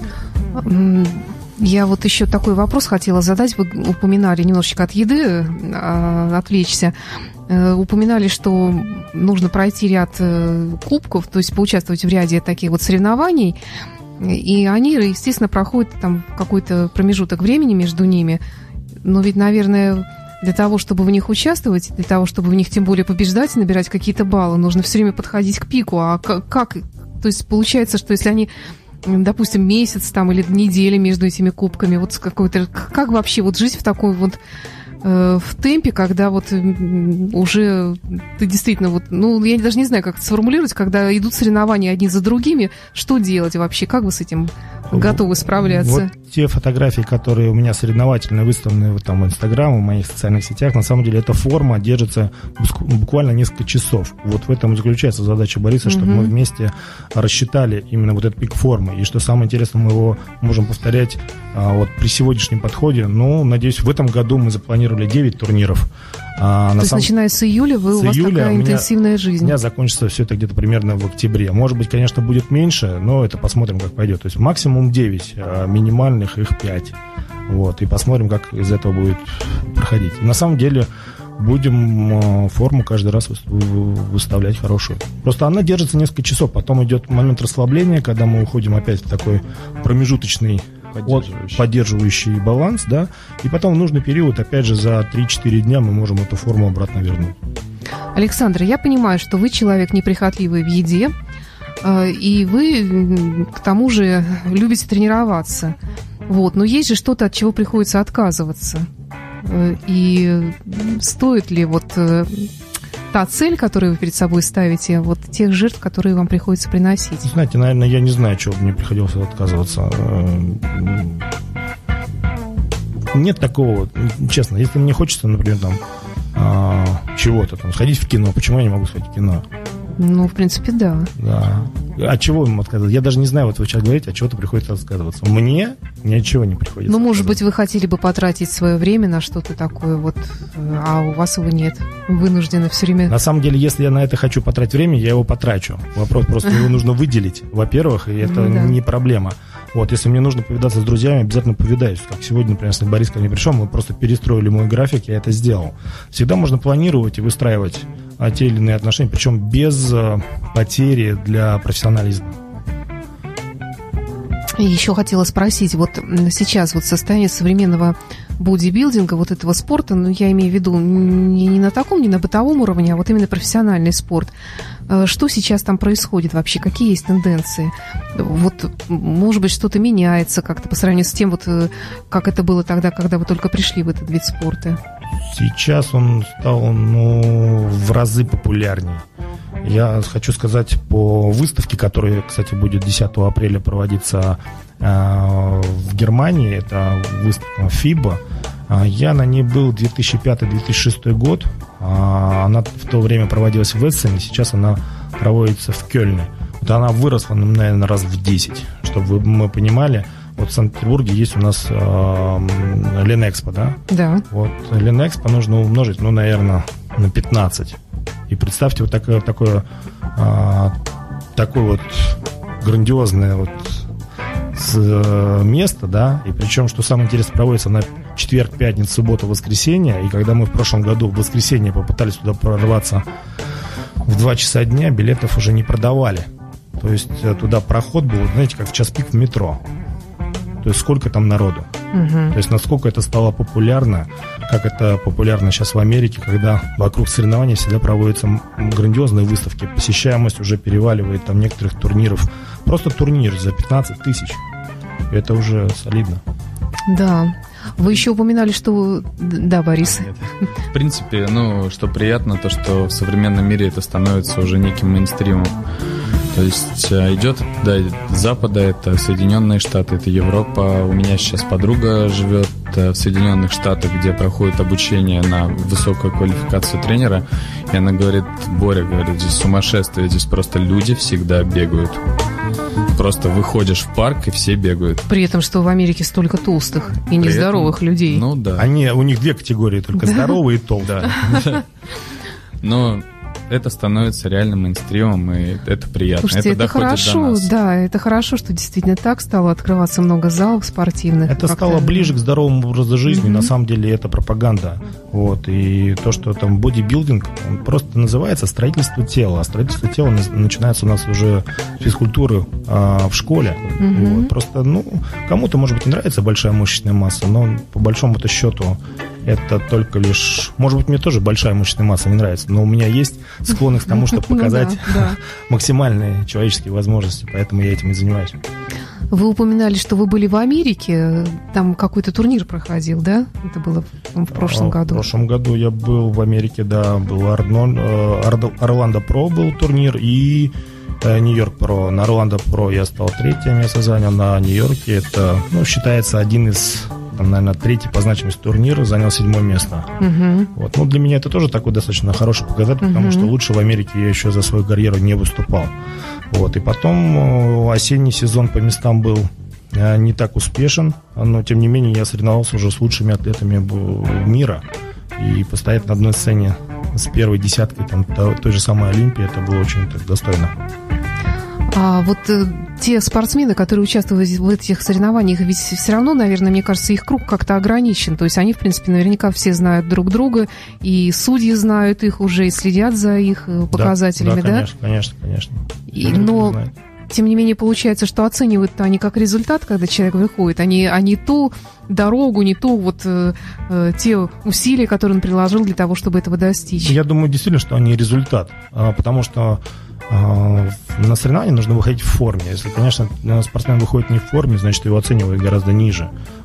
Я вот еще такой вопрос хотела задать. Вы упоминали немножечко от еды, отвлечься. Упоминали, что нужно пройти ряд кубков, то есть поучаствовать в ряде таких вот соревнований. И они, естественно, проходят там какой-то промежуток времени между ними. Но ведь, наверное, для того, чтобы в них участвовать, для того, чтобы в них тем более побеждать, набирать какие-то баллы, нужно все время подходить к пику. А как? То есть получается, что если они, допустим, месяц там или неделя между этими кубками, вот какой-то, как вообще вот жить в такой вот в темпе, когда вот уже ты действительно вот, ну, я даже не знаю, как это сформулировать, когда идут соревнования одни за другими, что делать вообще, как вы с этим готовы справляться? Вот те фотографии, которые у меня соревновательные, выставлены вот там в Инстаграм, в моих социальных сетях, на самом деле эта форма держится буквально несколько часов. Вот в этом и заключается задача Бориса, чтобы mm-hmm. мы вместе рассчитали именно вот этот пик формы. И что самое интересное, мы его можем повторять а, вот при сегодняшнем подходе. Ну, надеюсь, в этом году мы запланировали девять турниров. А, То есть, сам... начиная с июля, вы, у вас июля такая у меня, интенсивная жизнь. У меня закончится все это где-то примерно в октябре. Может быть, конечно, будет меньше, но это посмотрим, как пойдет. То есть максимум девять, а минимальных их пять. Вот, и посмотрим, как из этого будет проходить. И на самом деле будем форму каждый раз выставлять хорошую. Просто она держится несколько часов. Потом идет момент расслабления, когда мы уходим опять в такой промежуточный поддерживающий. поддерживающий баланс, да, и потом в нужный период, опять же, за три-четыре дня мы можем эту форму обратно вернуть. Александр, я понимаю, что вы человек неприхотливый в еде, и вы, к тому же, любите тренироваться. Вот, но есть же что-то, от чего приходится отказываться. И стоит ли вот та цель, которую вы перед собой ставите, вот тех жертв, которые вам приходится приносить? Знаете, наверное, я не знаю, чего мне приходилось отказываться. Нет такого, честно. Если мне хочется, например, там чего-то, там, сходить в кино, почему я не могу сходить в кино? Ну, в принципе, да. Да. От чего им отказываться? Я даже не знаю, вот вы сейчас говорите, от чего-то приходится отказываться. Мне ни от чего не приходится. Ну, может быть, вы хотели бы потратить свое время на что-то такое, вот, а у вас его нет. Вынуждены все время... На самом деле, если я на это хочу потратить время, я его потрачу. Вопрос просто, его нужно выделить, во-первых, и это не проблема. Вот, если мне нужно повидаться с друзьями, обязательно повидаюсь. Как сегодня, например, если Борис ко мне пришел, мы просто перестроили мой график, я это сделал. Всегда можно планировать и выстраивать а, те или иные отношения, причем без а, потери для профессионализма. И еще хотела спросить, вот сейчас вот состояние современного бодибилдинга, вот этого спорта, ну, я имею в виду не, не на таком, не на бытовом уровне, а вот именно профессиональный спорт. Что сейчас там происходит вообще? Какие есть тенденции? Вот, может быть, что-то меняется как-то по сравнению с тем, вот, как это было тогда, когда вы только пришли в этот вид спорта? Сейчас он стал, ну, в разы популярнее. Я хочу сказать по выставке, которая, кстати, будет десятого апреля проводиться э, в Германии, это выставка ФИБА. Я на ней был две тысячи пятый - две тысячи шестой год. Она в то время проводилась в Эссене, сейчас она проводится в Кёльне. Вот она выросла, наверное, раз в десять, чтобы мы понимали. Вот в Санкт-Петербурге есть у нас э, Ленэкспо, да? Да. Вот Ленэкспо нужно умножить, ну, наверное, на пятнадцать. И представьте вот такое, такое, а, такое вот грандиозное вот с, а, место, да, и причем, что самое интересное, проводится на четверг, пятницу, субботу, воскресенье, и когда мы в прошлом году в воскресенье попытались туда прорваться в два часа дня, билетов уже не продавали. То есть туда проход был, знаете, как в час пик в метро. То есть сколько там народу. Uh-huh. То есть насколько это стало популярно, как это популярно сейчас в Америке, когда вокруг соревнований всегда проводятся грандиозные выставки. Посещаемость уже переваливает там некоторых турниров. Просто турнир за пятнадцать тысяч. Это уже солидно. Да. Вы еще упоминали, что... Да, Борис. Нет. В принципе, ну, что приятно, то, что в современном мире это становится уже неким мейнстримом. То есть идет, да, с Запада, это Соединенные Штаты, это Европа. У меня сейчас подруга живет в Соединенных Штатах, где проходит обучение на высокую квалификацию тренера. И она говорит: Боря, говорит, здесь сумасшествие, здесь просто люди всегда бегают. Просто выходишь в парк, и все бегают. При этом, что в Америке столько толстых и нездоровых этом, людей. Ну да. Они, у них две категории, только да? здоровые и толстые. Да. Но это становится реальным мейнстримом, и это приятно. Слушайте, это, это хорошо, да, это хорошо, что действительно так стало открываться много залов спортивных. Это стало ближе к здоровому образу жизни, mm-hmm. на самом деле это пропаганда. Вот, и то, что там бодибилдинг, он просто называется строительство тела, а строительство тела начинается у нас уже с физкультуры а, в школе. Mm-hmm. Вот, просто, ну, кому-то, может быть, не нравится большая мышечная масса, но по большому-то счету это только лишь... Может быть, мне тоже большая мышечная масса не нравится, но у меня есть склонность к тому, чтобы показать максимальные человеческие возможности, поэтому я этим и занимаюсь. Вы упоминали, что вы были в Америке, там какой-то турнир проходил, да? Это было в прошлом году. В прошлом году я был в Америке, да, был Орландо Про был турнир и Нью-Йорк Про. На Орландо Про я стал третье место занял, на Нью-Йорке это, ну, считается один из... Там, наверное, третий по значимости турнира, занял седьмое место. Uh-huh. Вот. Ну, для меня это тоже такой достаточно хороший показатель, потому uh-huh. что лучше в Америке я еще за свою карьеру не выступал. Вот. И потом осенний сезон по местам был не так успешен, но, тем не менее, я соревновался уже с лучшими атлетами мира. И постоять на одной сцене с первой десяткой там, той же самой Олимпии, это было очень так, достойно. А вот э, те спортсмены, которые участвуют в этих соревнованиях, ведь все равно, наверное, мне кажется, их круг как-то ограничен. То есть они, в принципе, наверняка все знают друг друга, и судьи знают их уже, и следят за их показателями, да? Да, конечно, да? конечно, конечно. И, но, тем не менее, получается, что оценивают-то они как результат, когда человек выходит, а не, а не ту дорогу, не то вот э, э, те усилия, которые он приложил для того, чтобы этого достичь. Я думаю, действительно, что они результат, потому что на соревнования нужно выходить в форме. Если, конечно, спортсмен выходит не в форме, значит, его оценивают гораздо ниже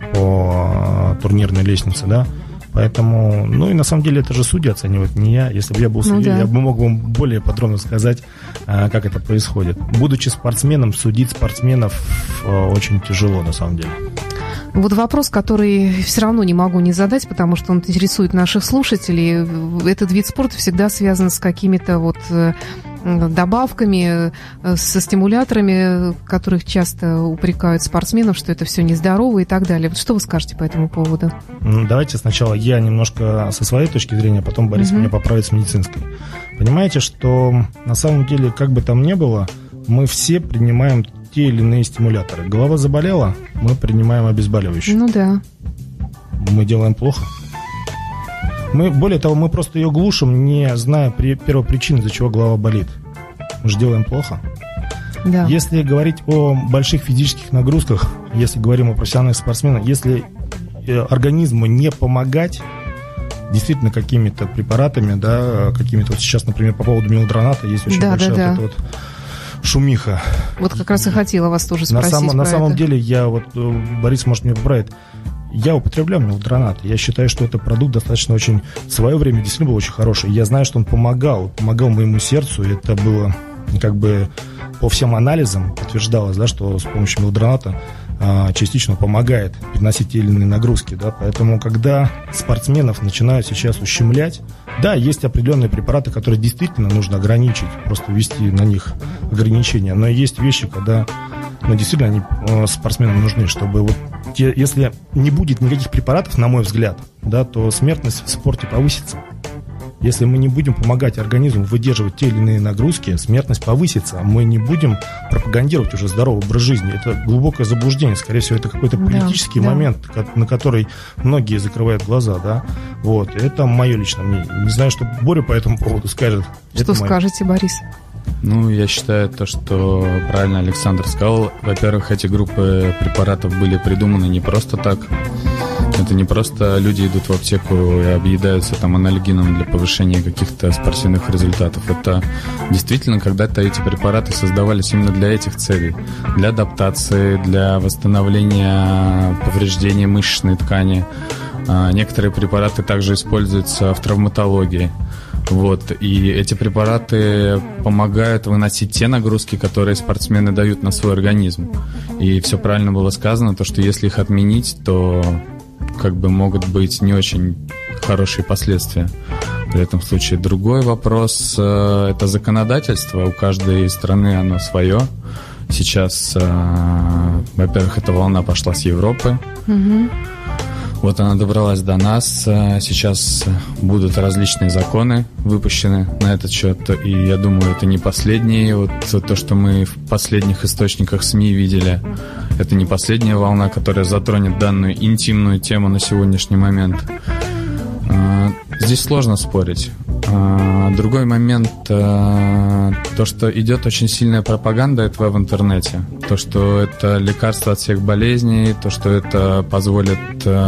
по турнирной лестнице, да. Поэтому, ну и на самом деле это же судьи оценивают, не я. Если бы я был судьей, ну, да. я бы мог вам более подробно сказать, как это происходит. Будучи спортсменом, судить спортсменов очень тяжело, на самом деле. Вот вопрос, который все равно не могу не задать, потому что он интересует наших слушателей. Этот вид спорта всегда связан с какими-то вот добавками, со стимуляторами, которых часто упрекают спортсменов, что это все нездорово и так далее. Вот что вы скажете по этому поводу? Давайте сначала я немножко со своей точки зрения, потом Борис угу. меня поправит с медицинской. Понимаете, что на самом деле, как бы там ни было, мы все принимаем те или иные стимуляторы. Голова заболела, мы принимаем обезболивающие. Ну да. Мы делаем плохо. Мы, более того, мы просто ее глушим, не зная при, первопричины, из-за чего голова болит. Мы же делаем плохо. Да. Если говорить о больших физических нагрузках, если говорим о профессиональных спортсменах, если организму не помогать действительно какими-то препаратами, да, какими-то, вот сейчас, например, по поводу мелодроната есть очень да, большая да, вот да. вот шумиха. Вот как раз и хотела вас тоже спросить. На, сам, на самом это. деле, я вот, Борис может меня поправить, я употребляю мелодронат. Я считаю, что это продукт достаточно очень... В свое время действительно был очень хороший. Я знаю, что он помогал. Помогал моему сердцу. И это было как бы по всем анализам подтверждалось, да, что с помощью мелодроната а, частично помогает переносить те или иные нагрузки. Да. Поэтому, когда спортсменов начинают сейчас ущемлять, да, есть определенные препараты, которые действительно нужно ограничить, просто ввести на них ограничения. Но есть вещи, когда... Но действительно они э, спортсменам нужны, чтобы вот те, если не будет никаких препаратов, на мой взгляд, да, то смертность в спорте повысится. Если мы не будем помогать организму выдерживать те или иные нагрузки, смертность повысится. Мы не будем пропагандировать уже здоровый образ жизни. Это глубокое заблуждение. Скорее всего, это какой-то политический да, момент, да. на который многие закрывают глаза. Да? Вот. Это мое личное мнение. Не знаю, что Боря по этому поводу скажет. Что это скажете, мое. Борис? Ну, я считаю, то, что правильно Александр сказал. Во-первых, эти группы препаратов были придуманы не просто так. Это не просто люди идут в аптеку и объедаются там анальгином для повышения каких-то спортивных результатов. Это действительно когда-то эти препараты создавались именно для этих целей. Для адаптации, для восстановления повреждений мышечной ткани. Некоторые препараты также используются в травматологии. Вот, и эти препараты помогают выносить те нагрузки, которые спортсмены дают на свой организм. И все правильно было сказано, то, что если их отменить, то как бы могут быть не очень хорошие последствия. В этом случае другой вопрос – это законодательство. У каждой страны оно свое. Сейчас, во-первых, эта волна пошла с Европы. Угу. Вот она добралась до нас. Сейчас будут различные законы выпущены на этот счет. И я думаю, это не последние. Вот то, что мы в последних источниках СМИ видели, это не последняя волна, которая затронет данную интимную тему на сегодняшний момент. Здесь сложно спорить. Другой момент, то, что идет очень сильная пропаганда этого в интернете. То, что это лекарство от всех болезней, то, что это позволит,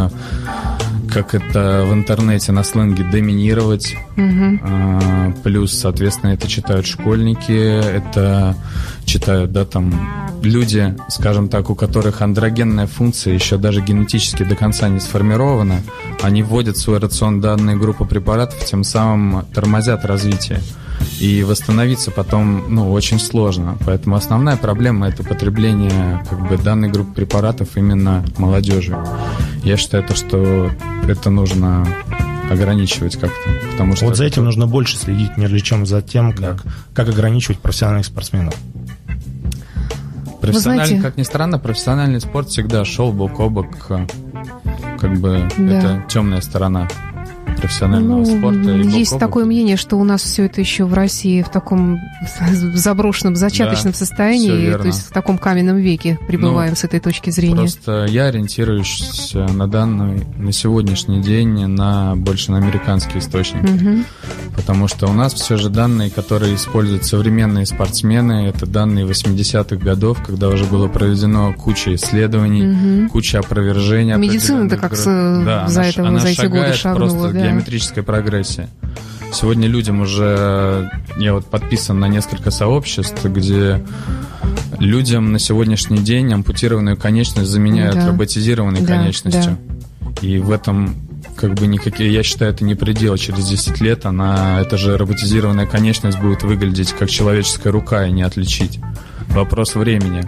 как это в интернете на сленге, доминировать. Угу. Плюс, соответственно, это читают школьники, это читают, да, там, люди, скажем так, у которых андрогенная функция еще даже генетически до конца не сформирована, они вводят в свой рацион данные группы препаратов, тем самым тормозят развитие. И восстановиться потом, ну, очень сложно. Поэтому основная проблема – это потребление как бы данной группы препаратов именно молодежи. Я считаю, то, что это нужно ограничивать как-то. Потому что вот за этим это... нужно больше следить, нежели чем за тем, как, да. как ограничивать профессиональных спортсменов. Профессиональный, знаете... как ни странно, профессиональный спорт всегда шел бок о бок. Как бы да. это темная сторона профессионального ну, спорта. И есть бок такое мнение, что у нас все это еще в России в таком заброшенном, зачаточном да, состоянии, то есть в таком каменном веке пребываем ну, с этой точки зрения. Просто я ориентируюсь на данный, на сегодняшний день на, больше на американские источники. Угу. Потому что у нас все же данные, которые используют современные спортсмены, это данные восьмидесятых годов, когда уже было проведено куча исследований, угу. куча опровержений. Медицина-то как с... да, за, она, этого, она за эти годы шагнула. Просто да. геометрическая прогрессия. Сегодня людям уже... Я вот подписан на несколько сообществ, где людям на сегодняшний день ампутированную конечность заменяют да. роботизированной да, конечностью. Да. И в этом... Как бы никакие, я считаю, это не предел. Через десять лет она, эта же роботизированная конечность будет выглядеть как человеческая рука и не отличить. Вопрос времени.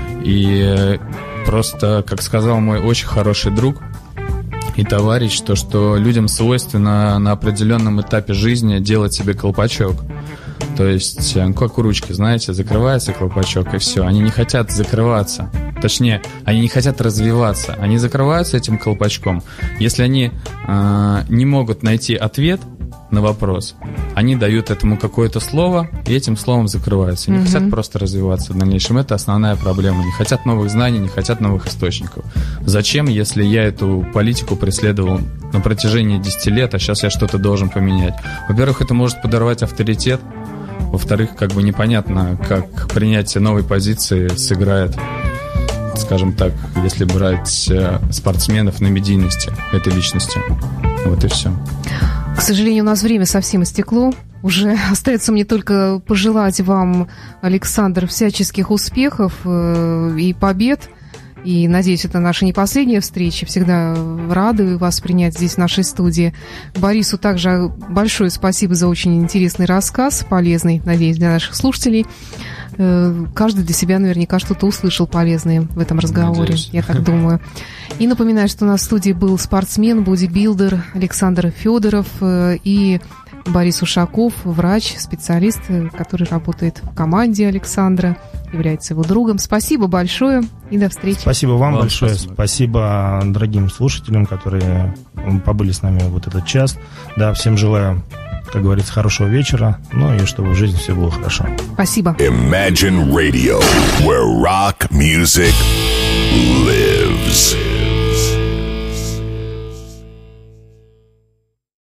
И просто, как сказал мой очень хороший друг и товарищ, то, что людям свойственно на определенном этапе жизни делать себе колпачок. То есть, ну, как у ручки, знаете, закрывается колпачок, и все. Они не хотят закрываться. Точнее, они не хотят развиваться. Они закрываются этим колпачком. Если они э, не могут найти ответ на вопрос, они дают этому какое-то слово, и этим словом закрываются. Не mm-hmm. хотят просто развиваться в дальнейшем. Это основная проблема. Не хотят новых знаний, не хотят новых источников. Зачем, если я эту политику преследовал на протяжении десяти лет, а сейчас я что-то должен поменять? Во-первых, это может подорвать авторитет. Во-вторых, как бы непонятно, как принятие новой позиции сыграет, скажем так, если брать спортсменов на медийности этой личности. Вот и все. К сожалению, у нас время совсем истекло. Уже остается мне только пожелать вам, Александр, всяческих успехов и побед. И, надеюсь, это наша не последняя встреча. Всегда рады вас принять здесь, в нашей студии. Борису также большое спасибо за очень интересный рассказ, полезный, надеюсь, для наших слушателей. Каждый для себя наверняка что-то услышал полезное в этом разговоре, надеюсь. Я так думаю. И напоминаю, что у нас в студии был спортсмен, бодибилдер Александр Федоров и Борис Ушаков, врач, специалист, который работает в команде Александра, является его другом. Спасибо большое и до встречи. Спасибо вам, вам большое. Спасибо. Спасибо дорогим слушателям, которые побыли с нами вот этот час. Да, всем желаю, как говорится, хорошего вечера, ну и чтобы в жизни все было хорошо. Спасибо. Imagine Radio, where rock music lives.